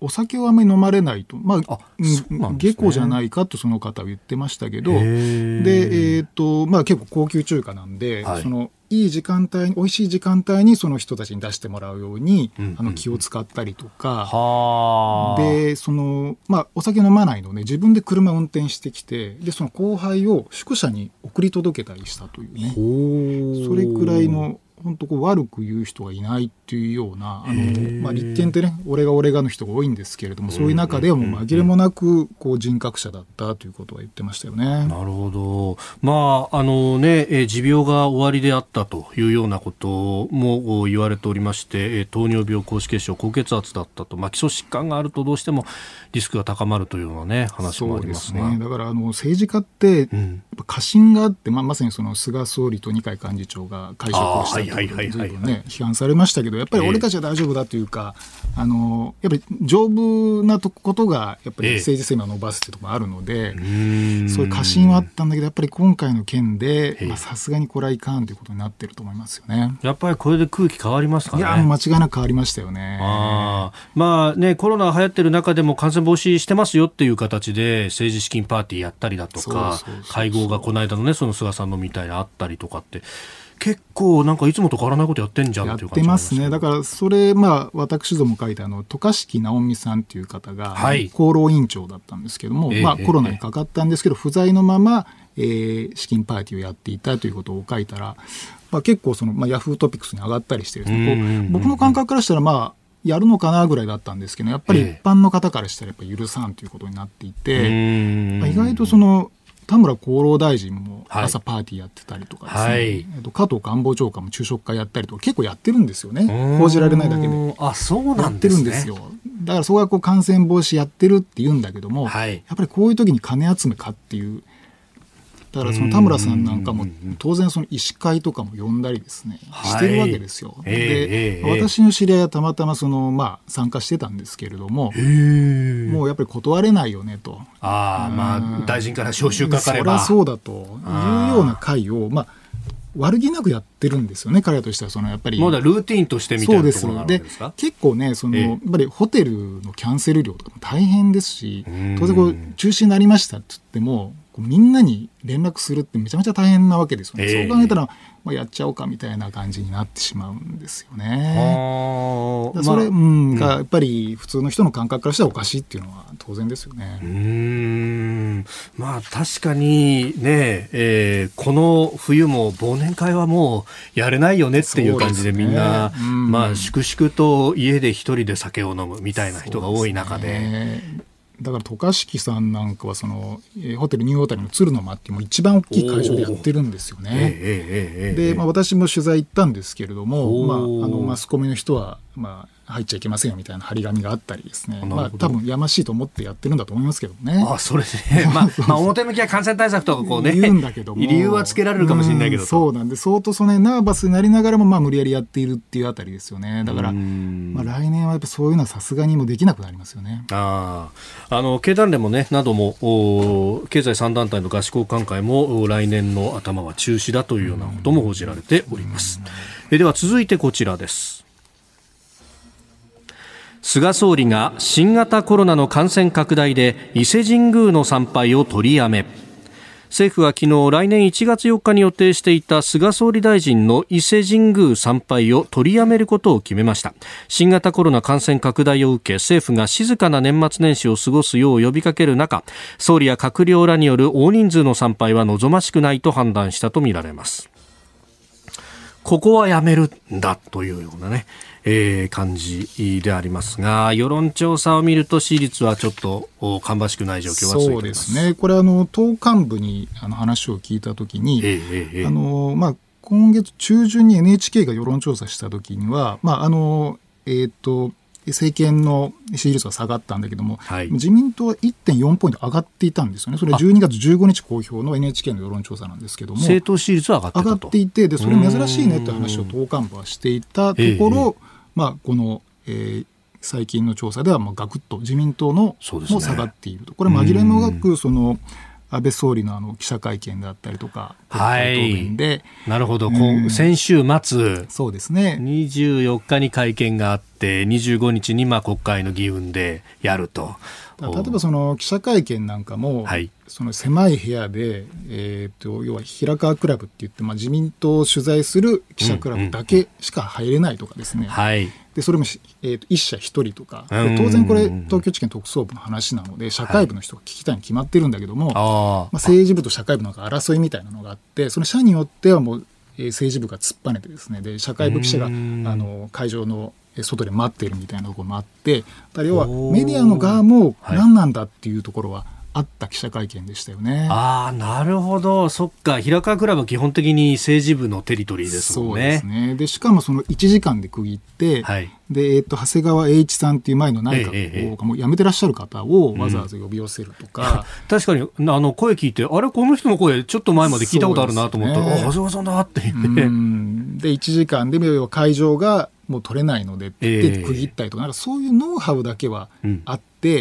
お酒をあまり飲まれないと、まあ、あね、下戸じゃないかとその方は言ってましたけど、で、えーとまあ、結構高級中華なんで、はい、そのいい時間帯、美味しい時間帯にその人たちに出してもらうように、うんうんうん、あの気を使ったりとか、で、その、まあ、お酒飲まないので、自分で車を運転してきて、で、その後輩を宿舎に送り届けたりしたというね、それくらいの、本当こう悪く言う人がいないっていうような、あの、まあ、立憲ってね、俺が俺がの人が多いんですけれども、そういう中ではもう紛れもなくこう人格者だったということは言ってましたよね。 なるほど。まあ、あのね、え持病が終わりであったというようなことも言われておりまして、糖尿病、高脂血症、高血圧だったと、まあ、基礎疾患があるとどうしてもリスクが高まるというようなね、話もありますが。そうですね。 だからあの政治家って、やっぱ過信があって、まあ、まさにその菅総理と二階幹事長が会食をしたと。はいはいはいはい、ね、批判されましたけど、やっぱり俺たちは大丈夫だというか、えー、あのやっぱり丈夫なことがやっぱり政治生命を伸ばすというところがあるので、えー、そういう過信はあったんだけど、やっぱり今回の件でさすがにこれはいかんということになっていると思いますよね。 やっぱりこれで空気変わりますかね。 いや、間違いなく変わりましたよね。 あ、まあね、コロナ流行ってる中でも感染防止してますよっていう形で政治資金パーティーやったりだとか、会合がこの間のね、その菅さんのみたいなあったりとかって、結構なんかいつもと変わらないことやってんじゃんっていう感じやってますね。だからそれ、まあ、私ども書いたあの渡嘉敷直美さんという方が、はい、厚労委員長だったんですけども、えーまあ、コロナにかかったんですけど、えー、不在のまま、えー、資金パーティーをやっていたということを書いたら、まあ、結構その、まあ、ヤフートピックスに上がったりしてですね、こう僕の感覚からしたら、まあ、やるのかなぐらいだったんですけど、やっぱり一般の方からしたらやっぱ許さんということになっていて、えーまあ、意外とその田村厚労大臣も朝パーティーやってたりとかですね、はい、えっと、加藤官房長官も昼食会やったりとか結構やってるんですよね。報じられないだけで。 あ、そうなんですね。やってるんですよ。 だからそこはこう感染防止やってるって言うんだけども、はい、やっぱりこういう時に金集めかっていう。だからその田村さんなんかも当然その医師会とかも呼んだりですね、してるわけですよ。はい、で、えー、私の知り合いはたまたまその、まあ、参加してたんですけれども、もうやっぱり断れないよねと。 あ、まあ、大臣から招集かかれば。 そりゃそうだというような会を、まあ、悪気なくやってるんですよね、彼らとしては。そのやっぱりまだルーティンとしてみたいなところがあるんですか。 で結構ね、その、ええ、やっぱりホテルのキャンセル料とかも大変ですし、当然こう中止になりましたって言ってもみんなに連絡するってめちゃめちゃ大変なわけですよね。えー、そう考えたら、まあ、やっちゃおうかみたいな感じになってしまうんですよね。それ、まあ、うんがやっぱり普通の人の感覚からしたらおかしいっていうのは当然ですよね。 うーん、まあ、確かにね、えー、この冬も忘年会はもうやれないよねっていう感じでみんな、ね、まあ、粛々と家で一人で酒を飲むみたいな人が多い中で。 だから渡嘉敷さんなんかはその、えー、ホテルニューオータニの鶴の間っていうもう一番大きい会場でやってるんですよね。えーえーえー、で、まあ、私も取材行ったんですけれども、まあ、あのマスコミの人は、まあ、入っちゃいけませんよみたいな張り紙があったりですね、まあ、多分やましいと思ってやってるんだと思いますけどね。 あ、それで、まあ、まあ表向きは感染対策とかこうね言うんだけども理由はつけられるかもしれないけど、 うん、そうなんで相当その、ね、ナーバスになりながらもまあ無理やりやっているっていうあたりですよね。だから、まあ、来年はやっぱそういうのはさすがにもできなくなりますよね。 ああの経団連もねなども経済さん団体の合宿交換会も来年の頭は中止だというようなことも報じられております。えでは続いてこちらです。菅総理が新型コロナの感染拡大で伊勢神宮の参拝を取りやめ。政府は昨日来年いちがつよっかに予定していた菅総理大臣の伊勢神宮参拝を取りやめることを決めました。新型コロナ感染拡大を受け政府が静かな年末年始を過ごすよう呼びかける中、総理や閣僚らによる大人数の参拝は望ましくないと判断したとみられます。ここはやめるんだというようなね、えー、感じでありますが、世論調査を見ると支持率はちょっと芳しくない状況が続いています。 そうですね。これあの党幹部にあの話を聞いたときに、えーえー、あのまあ今月中旬に エヌエイチケー が世論調査したときには、まああのえっ、ー、と政権の支持率は下がったんだけども、はい、自民党は いってんよん ポイント上がっていたんですよね。それじゅうにがつじゅうごにち公表の エヌエイチケー の世論調査なんですけども、 政党支持率は上がっていたと。 上がっていて、でそれ珍しいねという話を党幹部はしていたところ、まあ、この、えー、最近の調査ではまあガクッと自民党のも下がっていると。これ紛れもなくその安倍総理 の, あの記者会見であったりとか、 はい、でなるほど、うん、先週末そうですね、 にじゅうよっかに会見があって、 、にじゅうごにちにまあ国会の議運でやると。 例えばその記者会見なんかも、はい、その狭い部屋で、えー、と要は平川クラブって言って、まあ、自民党を取材する記者クラブだけしか入れないとかですね、うんうん、でそれも、えー、と一社一人とかで、当然これ東京地検特捜部の話なので社会部の人が聞きたいに決まってるんだけども、はい、まあ、政治部と社会部の争いみたいなのがあって、その社によってはもう、えー、政治部が突っぱねてですね、で社会部記者があの会場の外で待っているみたいなところもあって、だ要はメディアの側も何なんだっていうところはあった記者会見でしたよね。 ああ、なるほど。そっか。平川クラブは基本的に政治部のテリトリーですもんね。 そうですね。でしかもそのいちじかんで区切って、はい、で、えー、と長谷川栄一さんっていう前の内閣をもう辞めてらっしゃる方をわざわざ呼び寄せるとか、 うん、確かにあの声聞いて、あれこの人の声ちょっと前まで聞いたことあるなと思ったら、ね、あ、長谷川さんだって言って、うん、 でいちじかんで会場がもう取れないのでって区切ったりとか、なんかそういうノウハウだけはあって、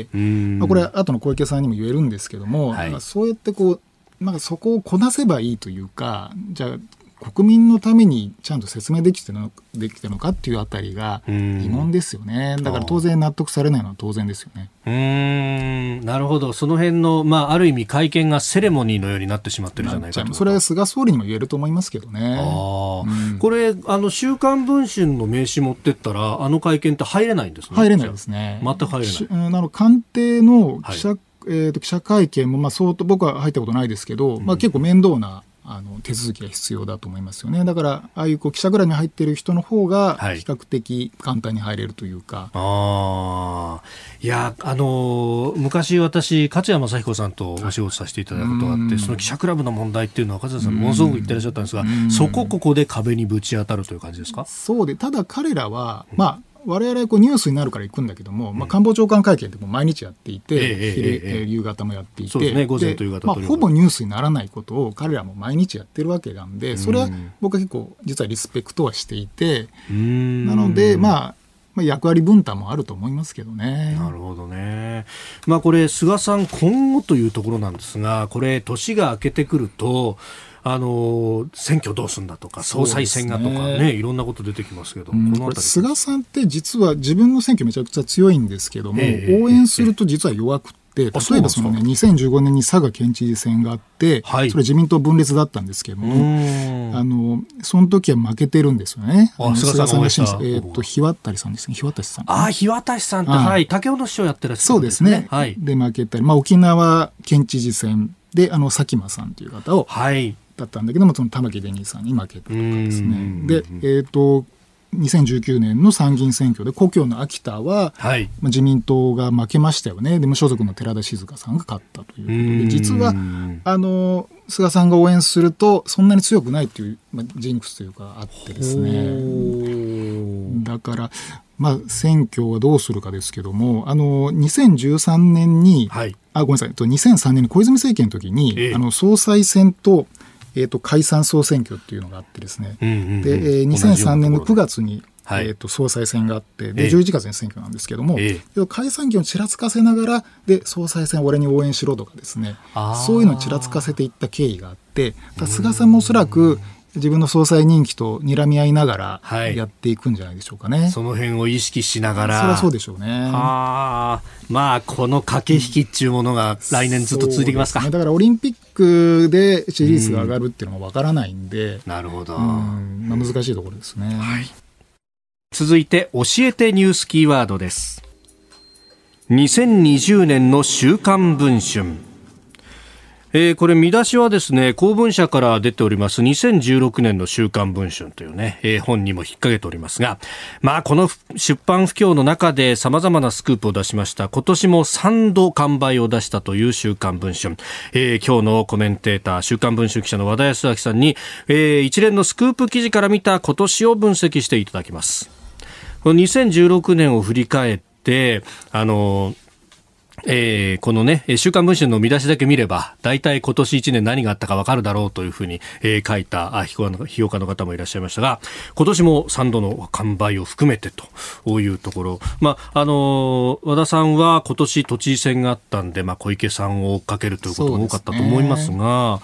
うん、まあ、これは後の小池さんにも言えるんですけども、はい、そうやってこうなんかそこをこなせばいいというか、じゃあ国民のためにちゃんと説明できてるの、できてるのかっていうあたりが疑問ですよね。だから当然納得されないのは当然ですよね。 うーん、なるほど。その辺の、まあ、ある意味会見がセレモニーのようになってしまってるじゃないかと。 それは菅総理にも言えると思いますけどね。 あ、うん、これあの週刊文春の名刺持ってったらあの会見って入れないんですね。 入れないですね。 全く入れない。 あの官邸の記者、はい、えーと、記者会見も、まあ、相当僕は入ったことないですけど、うん、まあ、結構面倒なあの手続きが必要だと思いますよね。だからああいうこう記者蔵に入っている人の方が比較的簡単に入れるというか、 はい、あいやあの昔私勝谷正彦さんとお仕事させていただいたことがあって、その記者クラブの問題っていうのは勝谷さんものすごく言ってらっしゃったんですが、そこここで壁にぶち当たるという感じですか。 そうで、ただ彼らは、まあ我々こうニュースになるから行くんだけども、まあ、官房長官会見ってもう毎日やっていて、ええ昼ええ、夕方もやっていて、 そうですね、午前と夕方と、 まあ、ほぼニュースにならないことを彼らも毎日やってるわけなんで、それは僕は結構実はリスペクトはしていて、うーん、なので、まあ、まあ役割分担もあると思いますけどね。 なるほどね。まあ、これ菅さん今後というところなんですが、これ年が明けてくるとあの選挙どうするんだとか総裁選がとか ね, ねいろんなこと出てきますけど、うん、 このあたり菅さんって実は自分の選挙めちゃくちゃ強いんですけども、えー、応援すると実は弱くて、えー、例えばその、ね、にせんじゅうごねんに佐賀県知事選があって、はい、それ自民党分裂だったんですけども、あのその時は負けてるんですよね。 ああ菅さんが審査、 えー、と日渡さんですね。日渡さん、 あ日渡さんって、はい、武雄の市長やってらっしゃる、 そうですね、はい、で負けたり、まあ、沖縄県知事選であの佐喜真さんという方を、はいだったんだけども、その玉城デニーさんに負けたとかですね。で、えーと、にせんじゅうきゅうねんの参議院選挙で故郷の秋田は、はい、まあ、自民党が負けましたよね。で無所属の寺田静香さんが勝ったということで、実はあの菅さんが応援するとそんなに強くないという、まあ、ジンクスというかあってですね。だからまあ、選挙はどうするかですけども、あのにせんじゅうさんねんに、はい、あごめんなさい、にせんさんねんに小泉政権の時に、ええ、あの総裁選と、えー、と解散総選挙っていうのがあってですね、うんうんうん、で、えー、にせんさんねんのくがつに、はい、えー、と総裁選があって、でじゅういちがつに選挙なんですけども、ええ、解散権をちらつかせながらで総裁選を俺に応援しろとかですね、そういうのをちらつかせていった経緯があって、菅さんもおそらく自分の総裁任期と睨み合いながらやっていくんじゃないでしょうかね、はい、 その辺を意識しながら。 それはそうでしょうね。 あ、まあ、この駆け引きっていうものが来年ずっと続いてきますか。 そうですね、だからオリンピックで支持率が上がるっていうのがわからないんで、 うん、なるほど、 うん、まあ、難しいところですね、はい、 続いて教えてニュースキーワードです。にせんにじゅうねんの週刊文春、えー、これ見出しはですね、公文社から出ておりますにせんじゅうろくねんの週刊文春というね、えー、本にも引っ掛けておりますが、まあこの出版不況の中で様々なスクープを出しました。今年もさんど完売を出したという週刊文春、えー、今日のコメンテーター週刊文春記者の和田康明さんに、えー、一連のスクープ記事から見た今年を分析していただきます。このにせんじゅうろくねんを振り返ってあのえー、このね週刊文春の見出しだけ見れば大体今年いちねん何があったか分かるだろうというふうに、えー、書いたあ批評家の方もいらっしゃいましたが、今年もさんどの完売を含めてというところ、まああのー、和田さんは今年都知事選があったんで、まあ、小池さんを追っかけるということも多かったと思いますが、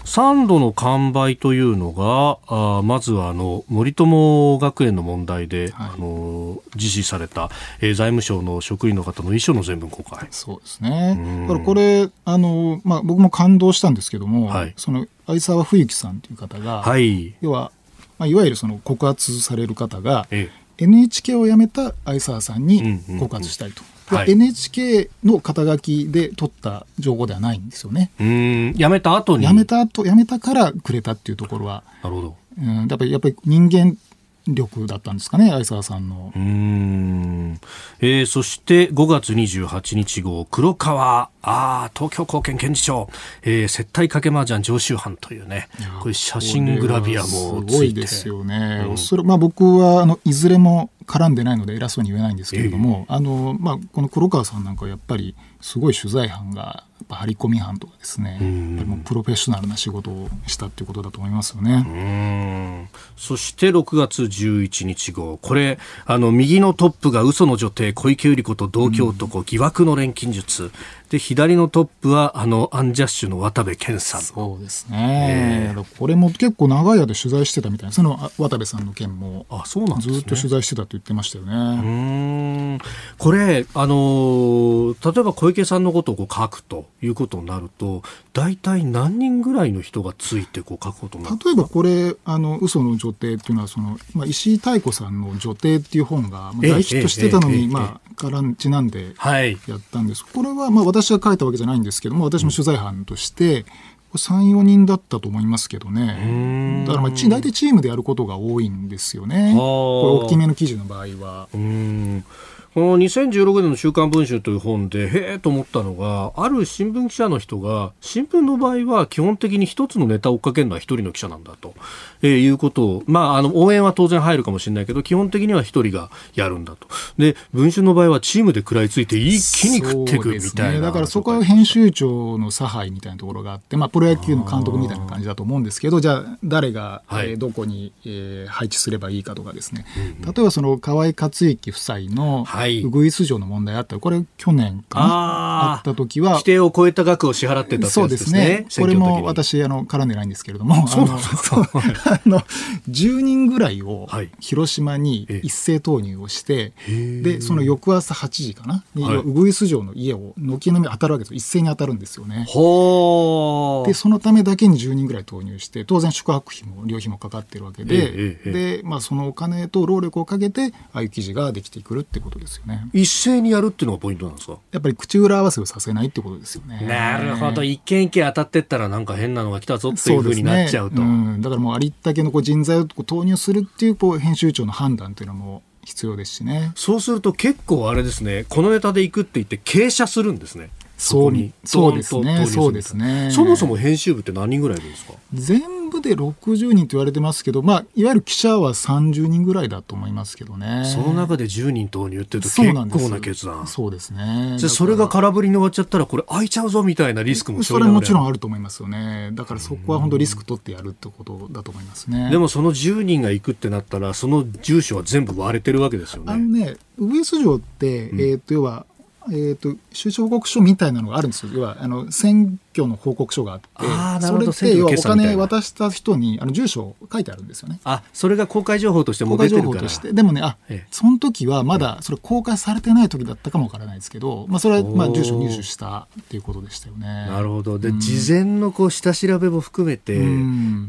さんどの完売というのがあまずはあの森友学園の問題で、はい、あの実施された、えー、財務省の職員の方の遺書の全文公開。 そうですね。だからこれあの、まあ、僕も感動したんですけども、はい、その相沢冬樹さんという方が、はい、要は、まあ、いわゆるその告発される方が、ええ、エヌエイチケー を辞めた相沢さんに告発したいと。うんうんうんはい、エヌエイチケー の肩書きで取った情報ではないんですよね。 うーん、辞めた後に辞めた後、辞めたからくれたっていうところは、 なるほど。 うん、やっぱりやっぱり人間力だったんですかね、相沢さんの。 うーん、えー、そしてごがつにじゅうはちにち号、黒川あ東京高検検事長、えー、接待かけ麻雀常習犯というね、これ写真グラビアもついてすごいですよね。うん、それまあ、僕はあのいずれも絡んでないので偉そうに言えないんですけれども、えーあのまあ、この黒川さんなんかはやっぱりすごい取材班がやっぱ張り込み班とかですね、やっぱりもうプロフェッショナルな仕事をしたっていうことだと思いますよね。 うーん、そしてろくがつじゅういちにち号、これあの右のトップが嘘の女帝小池百合子と同居男、疑惑の錬金術で、左のトップはあのアンジャッシュの渡部健さん。 そうですね、えー、これも結構長い間取材してたみたいな、その渡部さんの件もあそうなんですね、 ずっと取材してたと言ってましたよね。うーん、これあの例えば小池さんのことをこう書くということになると、大体何人ぐらいの人がついてこう書くことになるんですか。 例えばこれあの嘘の女帝っていうのはその、まあ、石井妙子さんの女帝っていう本が大ヒットしてたのに、まあ、からちなんでやったんです、はい、これはまあ私が書いたわけじゃないんですけども、私も取材班としてさん、よにんだったと思いますけどね。だからまあ大体チームでやることが多いんですよね、これ大きめの記事の場合は。 うーん、このにせんじゅうろくねんの週刊文春という本でへーと思ったのが、ある新聞記者の人が、新聞の場合は基本的に一つのネタを追っかけるのは一人の記者なんだと、えー、いうことを、まあ、あの応援は当然入るかもしれないけど、基本的には一人がやるんだと。で、文春の場合はチームで食らいついて一気に食っていくみたいな、ね、 だからそこは編集長の差配みたいなところがあって、まあ、プロ野球の監督みたいな感じだと思うんですけど、じゃあ誰が、はい、えー、どこに、えー、配置すればいいかとかですね、うんうん、例えばその河合克行夫妻のウグイス嬢の問題あったら、これ去年かな あ, あった時は規定を超えた額を支払ってたってやつですね。 そうですね、これも私あの絡んでないんですけれども、そうなんですかあのじゅうにんぐらいを広島に一斉投入をして、はい、でその翌朝はちじかなに、はい、ウグイス嬢の家を軒並み当たるわけですよ。一斉に当たるんですよね。 ほー。 でそのためだけにじゅうにんぐらい投入して、当然宿泊費も寮費もかかってるわけで、で、まあ、そのお金と労力をかけてああいう記事ができてくるってことですよね。 一斉にやるっていうのがポイントなんですか。 やっぱり口裏合わせをさせないってことですよね。 なるほど、一件一件当たってったらなんか変なのが来たぞっていう風になっちゃうと。 そうですね、うん、だからもうありったけのこう人材をこう投入するっていう、こう編集長の判断というのも必要ですしね。 そうすると結構あれですね、このネタで行くって言って傾斜するんですね。そこにそうですね、そうですね。 そもそも編集部って何人ぐらいいるんですか。 全部でろくじゅうにんと言われてますけど、まあ、いわゆる記者はさんじゅうにんぐらいだと思いますけどね。 その中でじゅうにん投入っていうと結構な決断。 そうですね。 じゃあそれが空振りに終わっちゃったらこれ開いちゃうぞみたいなリスクもそれはもちろんあると思いますよね。だからそこは本当リスク取ってやるってことだと思いますね。 でもそのじゅうにんが行くってなったら、その住所は全部割れてるわけですよね。 あのね、ウグイス嬢って、うん、えー、と要はえー、と収支報告書みたいなのがあるんですよ。要はあの選挙の報告書があって、 あそれって要はお金渡した人にあの住所書いてあるんですよね。 あ、それが公開情報としても出てるから。公開情報として。 でもね、あ、ええ、その時はまだそれ公開されてない時だったかもわからないですけど、まあ、それはまあ住所入手したっていうことでしたよね。 なるほど。で、うん、事前のこう下調べも含めて、うん、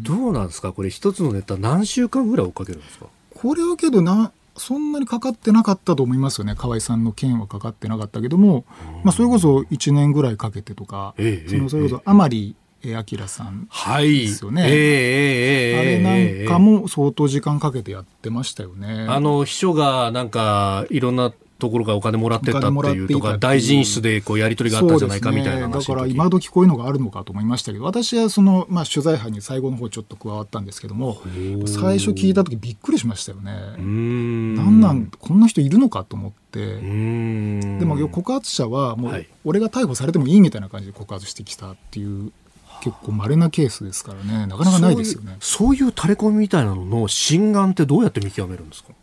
どうなんですかこれ一つのネタ何週間ぐらい追っかけるんですか。 これはけどなそんなにかかってなかったと思いますよね。河合さんの件はかかってなかったけども、まあ、それこそいちねんぐらいかけてとか、ええ、そのそれこそ甘利明さんですよね、はいええ、あれなんかも相当時間かけてやってましたよね。 あの秘書がなんかいろんなところがお金もらってったっていうとか、大臣室でこうやり取りがあったんじゃないかみたいな話、ね、 だから今時こういうのがあるのかと思いましたけど、私はその、まあ、取材班に最後の方ちょっと加わったんですけども、最初聞いた時びっくりしましたよね。うーんなんなんこんな人いるのかと思って。うーんでも告発者はもう俺が逮捕されてもいいみたいな感じで告発してきたっていう結構稀なケースですからね。なかなかないですよね。 そういう、そういう垂れ込みみたいなのの真贋ってどうやって見極めるんですか。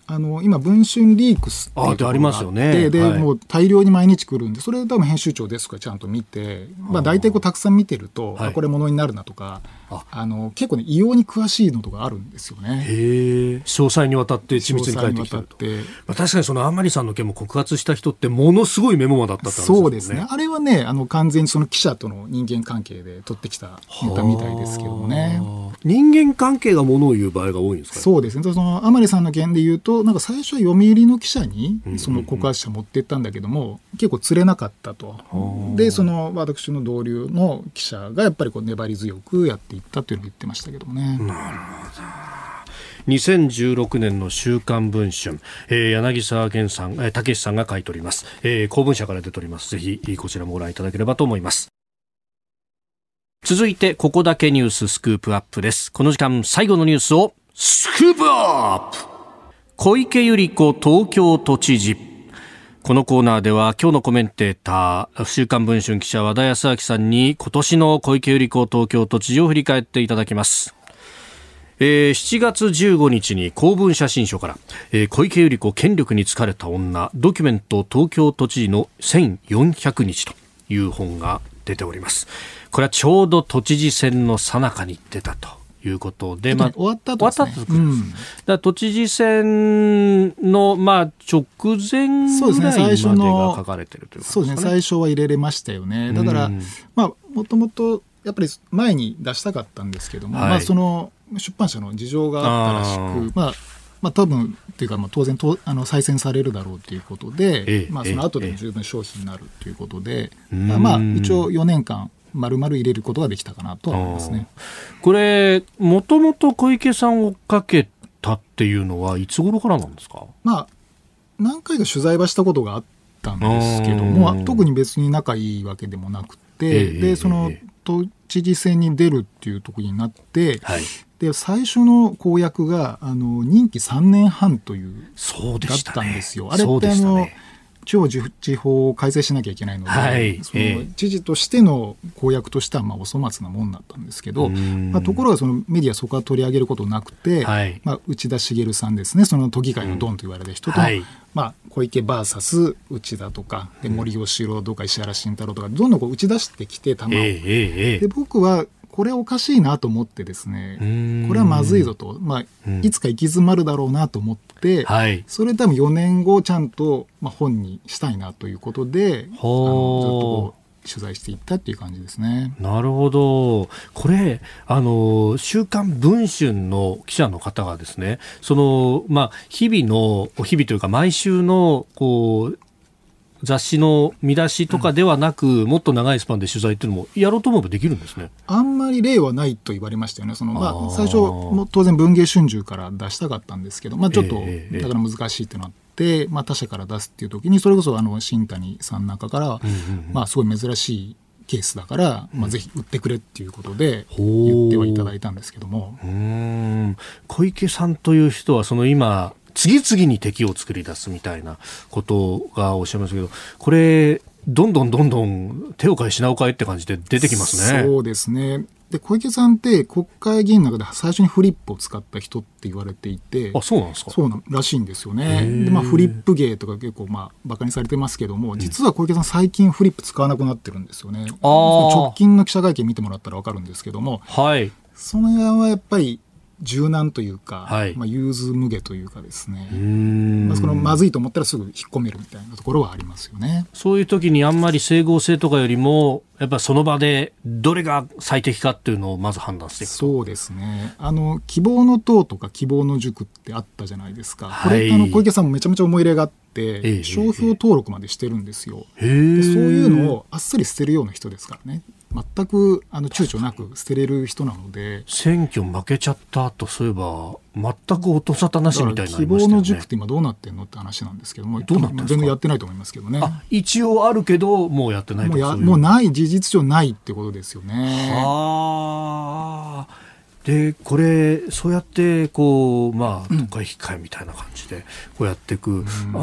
あの今文春リークスっていうところがあって、あ、ね、で、はい、もう大量に毎日来るんで、それ多分編集長ですとかちゃんと見て、まあ、大体こうたくさん見てると、はい、あこれものになるなとか、ああの結構ね異様に詳しいのとかあるんですよね。 へえ、詳細にわたって緻密に書いてきたと。まあ、確かにその甘利さんの件も告発した人ってものすごいメモマだったって話ですね。 そうですね。あれはね、あの完全にその記者との人間関係で取ってきたネタみたいですけどもね。 人間関係がものを言う場合が多いんですかね。 そうですね。その甘利さんの件で言うと、なんか最初は読売の記者にその告発者持っていったんだけども、うんうんうん、結構釣れなかったと。で、その私の同僚の記者がやっぱりこう粘り強くやっていったというのを言ってましたけどもね。 なるほど。にせんじゅうろくねんの週刊文春、えー、柳沢源さん、えー、武さんが書いております、えー、公文社から出ております。ぜひこちらもご覧いただければと思います。続いてここだけニューススクープアップです。この時間最後のニュースをスクープアップ。小池百合子東京都知事。このコーナーでは今日のコメンテーター週刊文春記者和田康明さんに今年の小池百合子東京都知事を振り返っていただきます。えー、しちがつじゅうごにちに公文写真書から、えー、小池百合子権力に疲れた女ドキュメント東京都知事のせんよんひゃくにちという本が出ております。これはちょうど都知事選の最中に出たということで、 まあ、終わった後ですね。 終わった後です、うん、だから都知事選の、まあ、直前ぐらいまでが書かれているということですね。 そうですね、最初は入れれましたよね。だから、まあ、もともとやっぱり前に出したかったんですけども、はい、まあ、その出版社の事情があったらしく、まあまあ、多分というか、まあ、当然とあの再選されるだろうということで、ええ、まあ、その後でも十分商品になるということで、ええ、まあ、一応よねんかん丸々入れることができたかなとは思いますね。 これもともと小池さんを追っかけたっていうのはいつ頃からなんですか。 まあ、何回か取材はしたことがあったんですけども、特に別に仲いいわけでもなくて、ええ、でその都知事選に出るっていうところになって、はい、で最初の公約があの任期さんねんはんというそうでしたね、 だったんですよ。あれってあの地方自治法を改正しなきゃいけないので、はい、その知事としての公約としてはまあお粗末なもんだったんですけど、まあ、ところがそのメディアはそこは取り上げることなくて、はい、まあ、内田茂さんですね、その都議会のドンと言われた人と、うん、はい、まあ、小池 ブイエス 内田とかで森喜朗とか石原慎太郎とかどんどんこう打ち出してきて球を、えーえー、で僕はこれはおかしいなと思ってですね、これはまずいぞと、まあ、いつか行き詰まるだろうなと思って、はい、それ多分よねんごちゃんと、まあ、本にしたいなということで、あのずっとこう取材していったっていう感じですね。 なるほど。これあの週刊文春の記者の方がですね、その、まあ、日々の日々というか毎週のこう雑誌の見出しとかではなく、うん、もっと長いスパンで取材っていうのもやろうと思えばできるんですね。 あんまり例はないと言われましたよね。その、まあ、最初も当然文藝春秋から出したかったんですけど、まあ、ちょっとだから難しいってなって、えー、まあ、他社から出すっていう時にそれこそあの新谷さんなんかから、うんうんうん、まあ、すごい珍しいケースだから、まあ、ぜひ売ってくれっていうことで言ってはいただいたんですけども、 うーん、小池さんという人はその今次々に敵を作り出すみたいなことがおっしゃいますけど、これどんどんどんどん手を変え品を変えって感じで出てきますね。 そうですね。で小池さんって国会議員の中で最初にフリップを使った人って言われていて、 あ、そうなんですか。 そうならしいんですよね。で、まあ、フリップ芸とか結構まあバカにされてますけども、実は小池さん最近フリップ使わなくなってるんですよね。あ、直近の記者会見見てもらったら分かるんですけども、はい、その辺はやっぱり柔軟というか、はい、まあ、融通無下というかですね、うーん、まあ、そのまずいと思ったらすぐ引っ込めるみたいなところはありますよね。 そういう時にあんまり整合性とかよりもやっぱその場でどれが最適かっていうのをまず判断していくと。 そうですね。あの希望の党とか希望の塾ってあったじゃないですか。これ、はい、あの小池さんもめちゃめちゃ思い入れがあって、ええ、商標登録までしてるんですよ。でそういうのをあっさり捨てるような人ですからね。全くあの躊躇なく捨てれる人なので、 選挙負けちゃった後、そういえば全く音沙汰なしみたいになりましたよね。希望の塾って今どうなってんのって話なんですけども、 どうなってんですか。 全然やってないと思いますけどね。 あ、一応あるけどもうやってないと。 もうや、もうない、事実上ないってことですよね。 はあ。 でこれそうやってこう、まあ、特会引き換えみたいな感じでこうやっていく、うん、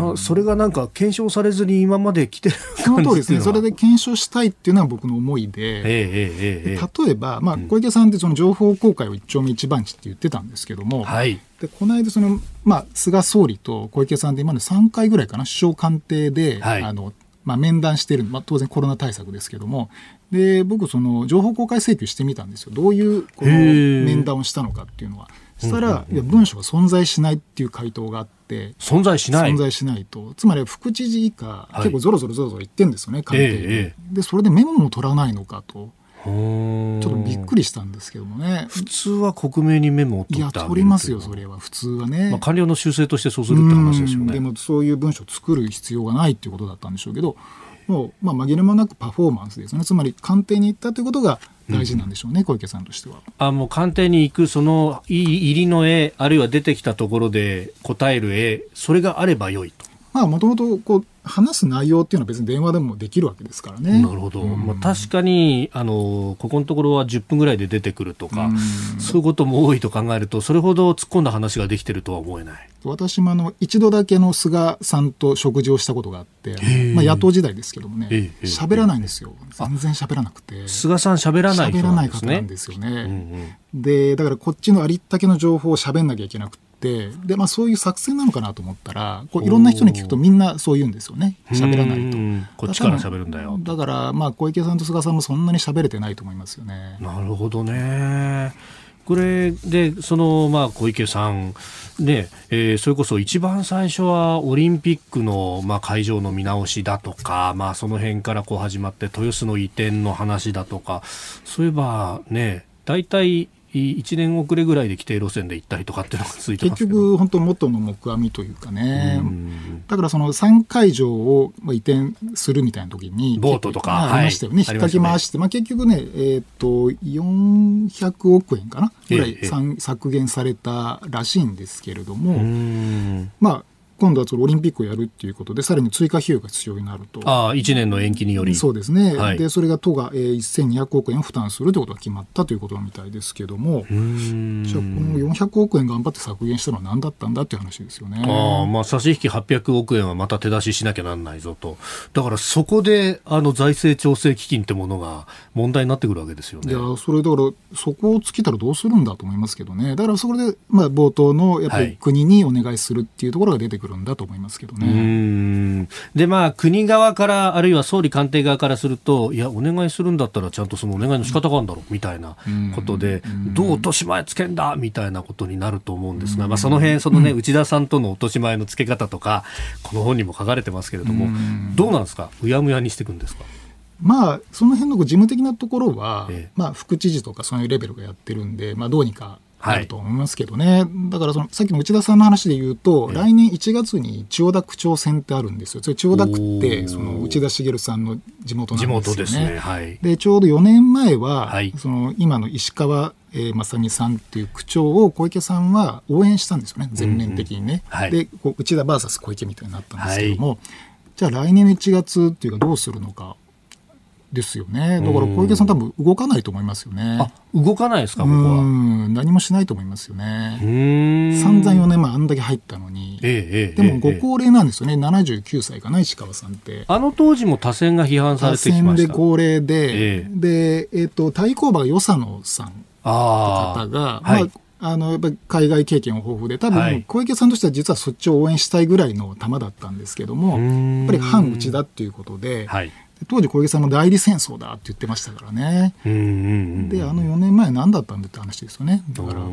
あそれがなんか検証されずに今まで来てる感じその通りですね。それで検証したいっていうのは僕の思いで、 えーえーえー、 例えば、まあ、小池さんってその情報公開を一丁目一番地って言ってたんですけども、 はい、 でこの間その、まあ、菅総理と小池さんで今のさんかいぐらいかな首相官邸で、はい、あのまあ、面談している、まあ、当然コロナ対策ですけども、で僕その情報公開請求してみたんですよ。どういうこの面談をしたのかっていうのは。そしたら、うんうんうん、いや文書が存在しないっていう回答があって、 存在しない存在しないと、つまり副知事以下、はい、結構ゾロゾロゾロゾロ言ってるんですよね、官邸で、えー、でそれでメモも取らないのかと。ちょっとびっくりしたんですけどもね。 普通は国名にメモを取ってあげるという。 いや取りますよ、それは普通はね、 まあ、官僚の修正としてそうするって話ですよね。 でもそういう文書を作る必要がないっていうことだったんでしょうけど、もう、まあ、紛れもなくパフォーマンスですね。つまり官邸に行ったということが大事なんでしょうね、うん、小池さんとしては。 あもう官邸に行くその入りの絵、あるいは出てきたところで答える絵、それがあれば良いと。 まあもともとこう話す内容っていうのは別に電話でもできるわけですからね。 なるほど、うん、まあ、確かにあのここのところはじゅっぷんぐらいで出てくるとか、うん、そういうことも多いと考えるとそれほど突っ込んだ話ができてるとは思えない。 私もあの一度だけの菅さんと食事をしたことがあって、まあ、野党時代ですけどもね、喋らないんですよ。全然喋らなくて。 菅さん喋らない人なんですね。 喋らない方なんですよね、うんうん、でだからこっちのありったけの情報を喋んなきゃいけなくて、で、まあ、そういう作戦なのかなと思ったら、こういろんな人に聞くとみんなそう言うんですよね。喋らないと。 こっちから喋るんだよ。 だから、まあ、小池さんと菅さんもそんなに喋れてないと思いますよね。 なるほどね。これでその、まあ、小池さん、ねえー、それこそ一番最初はオリンピックの、まあ、会場の見直しだとか、まあ、その辺からこう始まって豊洲の移転の話だとか、そういえばね大体いちねん遅れぐらいで規定路線で行ったりとかっていうのが続いてますけど、 結局本当元の木阿弥というかね、だからそのさんかいじょうを移転するみたいな時にボートとかありましたよね、はい、引っかき回して、まあ、結局ね、えー、とよんひゃくおくえんかなぐらい、ええ、削減されたらしいんですけれども、まあ今度はそのオリンピックをやるっていうことでさらに追加費用が必要になると。 ああいちねんの延期により。 そうですね、はい、でそれが都が、えー、せんにひゃくおくえんを負担するということが決まったということみたいですけども、じゃあこのよんひゃくおくえん頑張って削減したのは何だったんだっていう話ですよね。 あ、まあ、差し引きはっぴゃくおくえんはまた手出ししなきゃなんないぞと。だからそこであの財政調整基金ってものが問題になってくるわけですよね。 いやそれだからそこを尽きたらどうするんだと思いますけどね。だからそれで、まあ、冒頭のやっぱり国にお願いするっていうところが出てくるんだと思いますけどね。 うーんでまあ、国側からあるいは総理官邸側からするといやお願いするんだったらちゃんとそのお願いの仕方があるんだろうみたいなことでどう落とし前つけんだみたいなことになると思うんですが、まあ、その辺その、ね、内田さんとの落とし前のつけ方とかこの本にも書かれてますけれどもどうなんですか、うやむやにしていくんですか。 まあ、その辺の事務的なところは、ええまあ、副知事とかそういうレベルがやってるんで、まあ、どうにかあると思いますけどね、はい、だからそのさっきの内田さんの話で言うと、ええ、来年いちがつに千代田区長選ってあるんですよ。それ千代田区ってその内田茂さんの地元なんですよね。地元ですね、はい、でちょうどよねんまえは、はい、その今の石川えー、正美さんっていう区長を小池さんは応援したんですよね、全面的にね、うんうんはい、でこう内田 ブイエス 小池みたいになったんですけども、はい、じゃあ来年のいちがつっていうかどうするのかですよね。だから小池さん多分動かないと思いますよね。 あ、動かないですか、僕は。 うん何もしないと思いますよね。うーん散々よねんまえあんだけ入ったのに、ええ、でもご高齢なんですよね、ええ、ななじゅうきゅうさいかな石川さんって。 あの当時も多選が批判されてきました。 多選で高齢で、ええでえー、と対抗馬が与謝野さんって方が、はい、まあ、あのやっぱり海外経験豊富で多分小池さんとしては実はそっちを応援したいぐらいの球だったんですけども、やっぱり反内田っていうことで、はい、当時小池さんも代理戦争だって言ってましたからね。うんうんうん、であのよねんまえ何だったんだって話ですよね。だから、うん、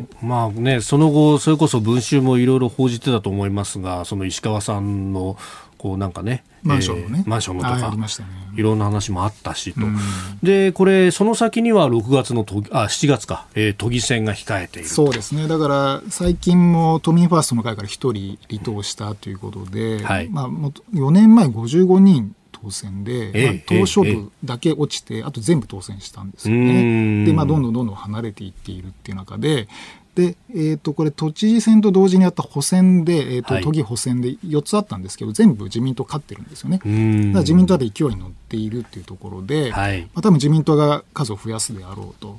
まあね、その後それこそ文春もいろいろ報じてたと思いますが、その石川さんのこうなんかねマンションのね、 えー、マンションのとか、 ね、 いろんな話もあったしと、うん、でこれその先にはろくがつのとあしちがつか、えー、都議選が控えていると。 そうですね。だから最近も都民ファーストの会からひとり離党したということで、はい、まあ、もうよねんまえごじゅうごにん当選で、えーまあ、島しょ部だけ落ちて、えー、あと全部当選したんですよね。で、まあ、どんどんどんどん離れていっているっていう中で、でえー、とこれ都知事選と同時にやった補選で、えーとはい、都議補選でよっつあったんですけど全部自民党勝ってるんですよね。だから自民党で勢いに乗っているっていうところで、はい、まあ、多分自民党が数を増やすであろうと。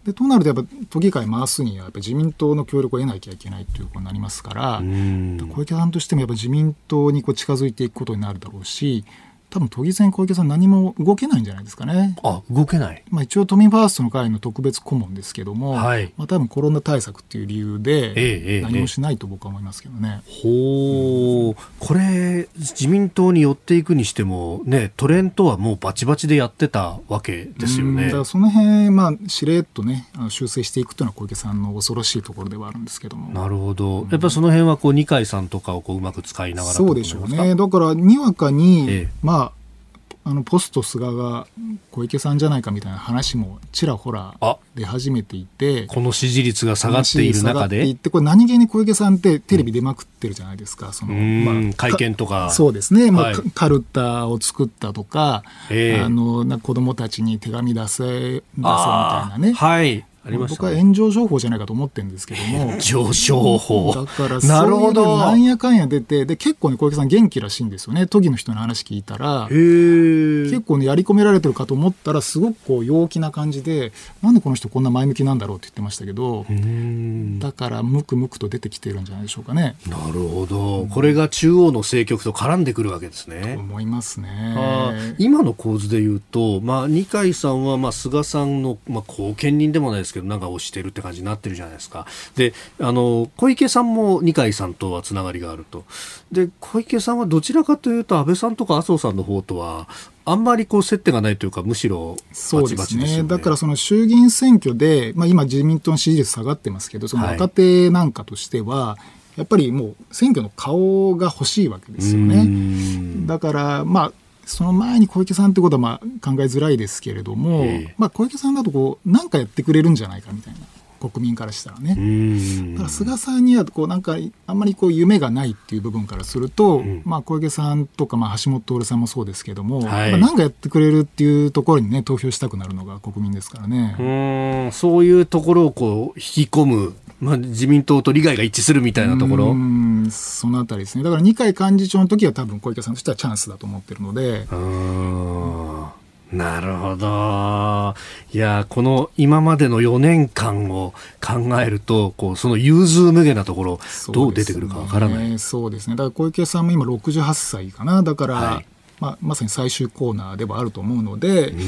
でとなるとやっぱ都議会回すにはやっぱ自民党の協力を得なきゃいけないということになりますから、小池さんとしてもやっぱ自民党にこう近づいていくことになるだろうし、多分都議選小池さん何も動けないんじゃないですかね。 あ、動けない。 まあ、一応都民ファーストの会の特別顧問ですけども、 はい、 まあ、多分コロナ対策っていう理由で何もしないと僕は思いますけどね。 ええええ、ほう、これ自民党に寄っていくにしてもね、都連とはもうバチバチでやってたわけですよね。 だからその辺、まあ、しれっとねあの修正していくというのは小池さんの恐ろしいところではあるんですけども。 なるほど。やっぱその辺はこう二階さんとかをこううまく使いながら。 そうでしょうね。だからにわかに、ええ、まああのポスト菅が小池さんじゃないかみたいな話もちらほら出始めていて、 この支持率が下がっている中でいってこれ何気に小池さんってテレビ出まくってるじゃないですか、うん、そのまあ、会見とか。 そうですね、まあはい、カルタを作ったとか、えー、あのなんか子どもたちに手紙出せ出せみたいなね、 はい、ありましたね。 僕は炎上情報じゃないかと思ってるんですけども、 炎上情報だからそういうのなんやかんや出て、で結構ね小池さん元気らしいんですよね。都議の人の話聞いたら結構ねやり込められてるかと思ったらすごくこう陽気な感じで、なんでこの人こんな前向きなんだろうって言ってましたけど、だからムクムクと出てきてるんじゃないでしょうかね。 なるほど、これが中央の政局と絡んでくるわけですね。 と思いますね。 あ、今の構図でいうと、まあ、二階さんはまあ菅さんの、まあ、後見人でもないですけどなんか推してるって感じになってるじゃないですか。で、あの小池さんも二階さんとはつながりがあると。で、小池さんはどちらかというと安倍さんとか麻生さんの方とはあんまりこう接点がないというか、むしろバチバチですよね。そうですね。 だからその衆議院選挙で、まあ、今自民党の支持率下がってますけど、その若手なんかとしては、はい、やっぱりもう選挙の顔が欲しいわけですよね。だからまあその前に小池さんってことはまあ考えづらいですけれども、まあ、小池さんだとこう何かやってくれるんじゃないかみたいな、国民からしたらね。だから菅さんにはこうなんかあんまりこう夢がないっていう部分からすると、うん、まあ、小池さんとかまあ橋本徹さんもそうですけども、はい、何かやってくれるっていうところにね投票したくなるのが国民ですからね。 うーん、そういうところをこう引き込む、まあ、自民党と利害が一致するみたいなところ、うーん、そのあたりですね。だから二階幹事長の時は多分小池さんとしてはチャンスだと思ってるので。 うーん、なるほど。いや、この今までのよねんかんを考えると、こうその融通無碍なところ、どう出てくるかわからない。 そうですね。だから小池さんも今ろくじゅうはっさいかな。だから、はい、まあ、まさに最終コーナーではあると思うので、うん、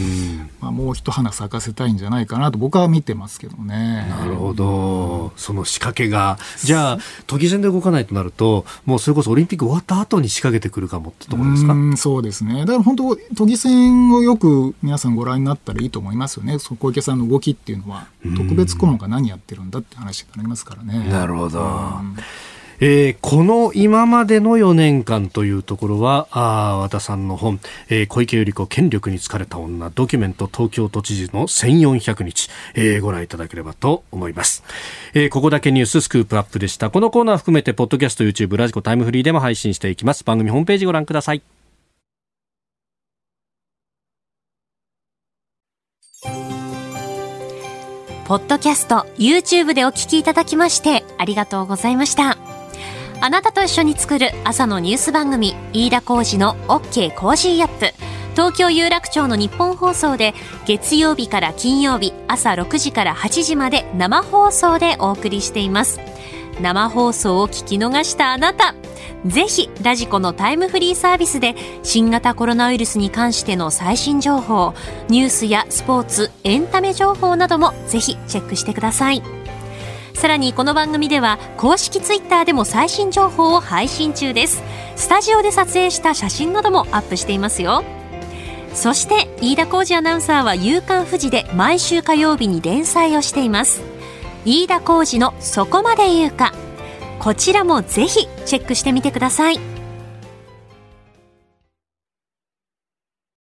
まあ、もう一花咲かせたいんじゃないかなと僕は見てますけどね。 なるほど。その仕掛けが、じゃあ都議選で動かないとなると、もうそれこそオリンピック終わった後に仕掛けてくるかもってところですか。 うん、そうですね。だから本当都議選をよく皆さんご覧になったらいいと思いますよね。小池さんの動きっていうのは特別顧問が何やってるんだって話になりますからね。 なるほど。うん、えー、この今までのよねんかんというところは、あ和田さんの本、えー、小池百合子権力に疲れた女ドキュメント東京都知事のせんよんひゃくにち、えー、ご覧いただければと思います。えー、ここだけニューススクープアップでした。このコーナー含めてポッドキャスト YouTube ラジコタイムフリーでも配信していきます。番組ホームページご覧ください。 ポッドキャスト YouTube でお聞きいただきましてありがとうございました。あなたと一緒に作る朝のニュース番組、飯田浩司の OK コージーアップ。東京有楽町の日本放送で月曜日から金曜日朝ろくじからはちじまで生放送でお送りしています。生放送を聞き逃したあなた、ぜひラジコのタイムフリーサービスで新型コロナウイルスに関しての最新情報、ニュースやスポーツ、エンタメ情報などもぜひチェックしてください。さらにこの番組では公式ツイッターでも最新情報を配信中です。スタジオで撮影した写真などもアップしていますよ。そして飯田浩司アナウンサーは夕刊フジで毎週火曜日に連載をしています。飯田浩司のそこまで言うか、こちらもぜひチェックしてみてください。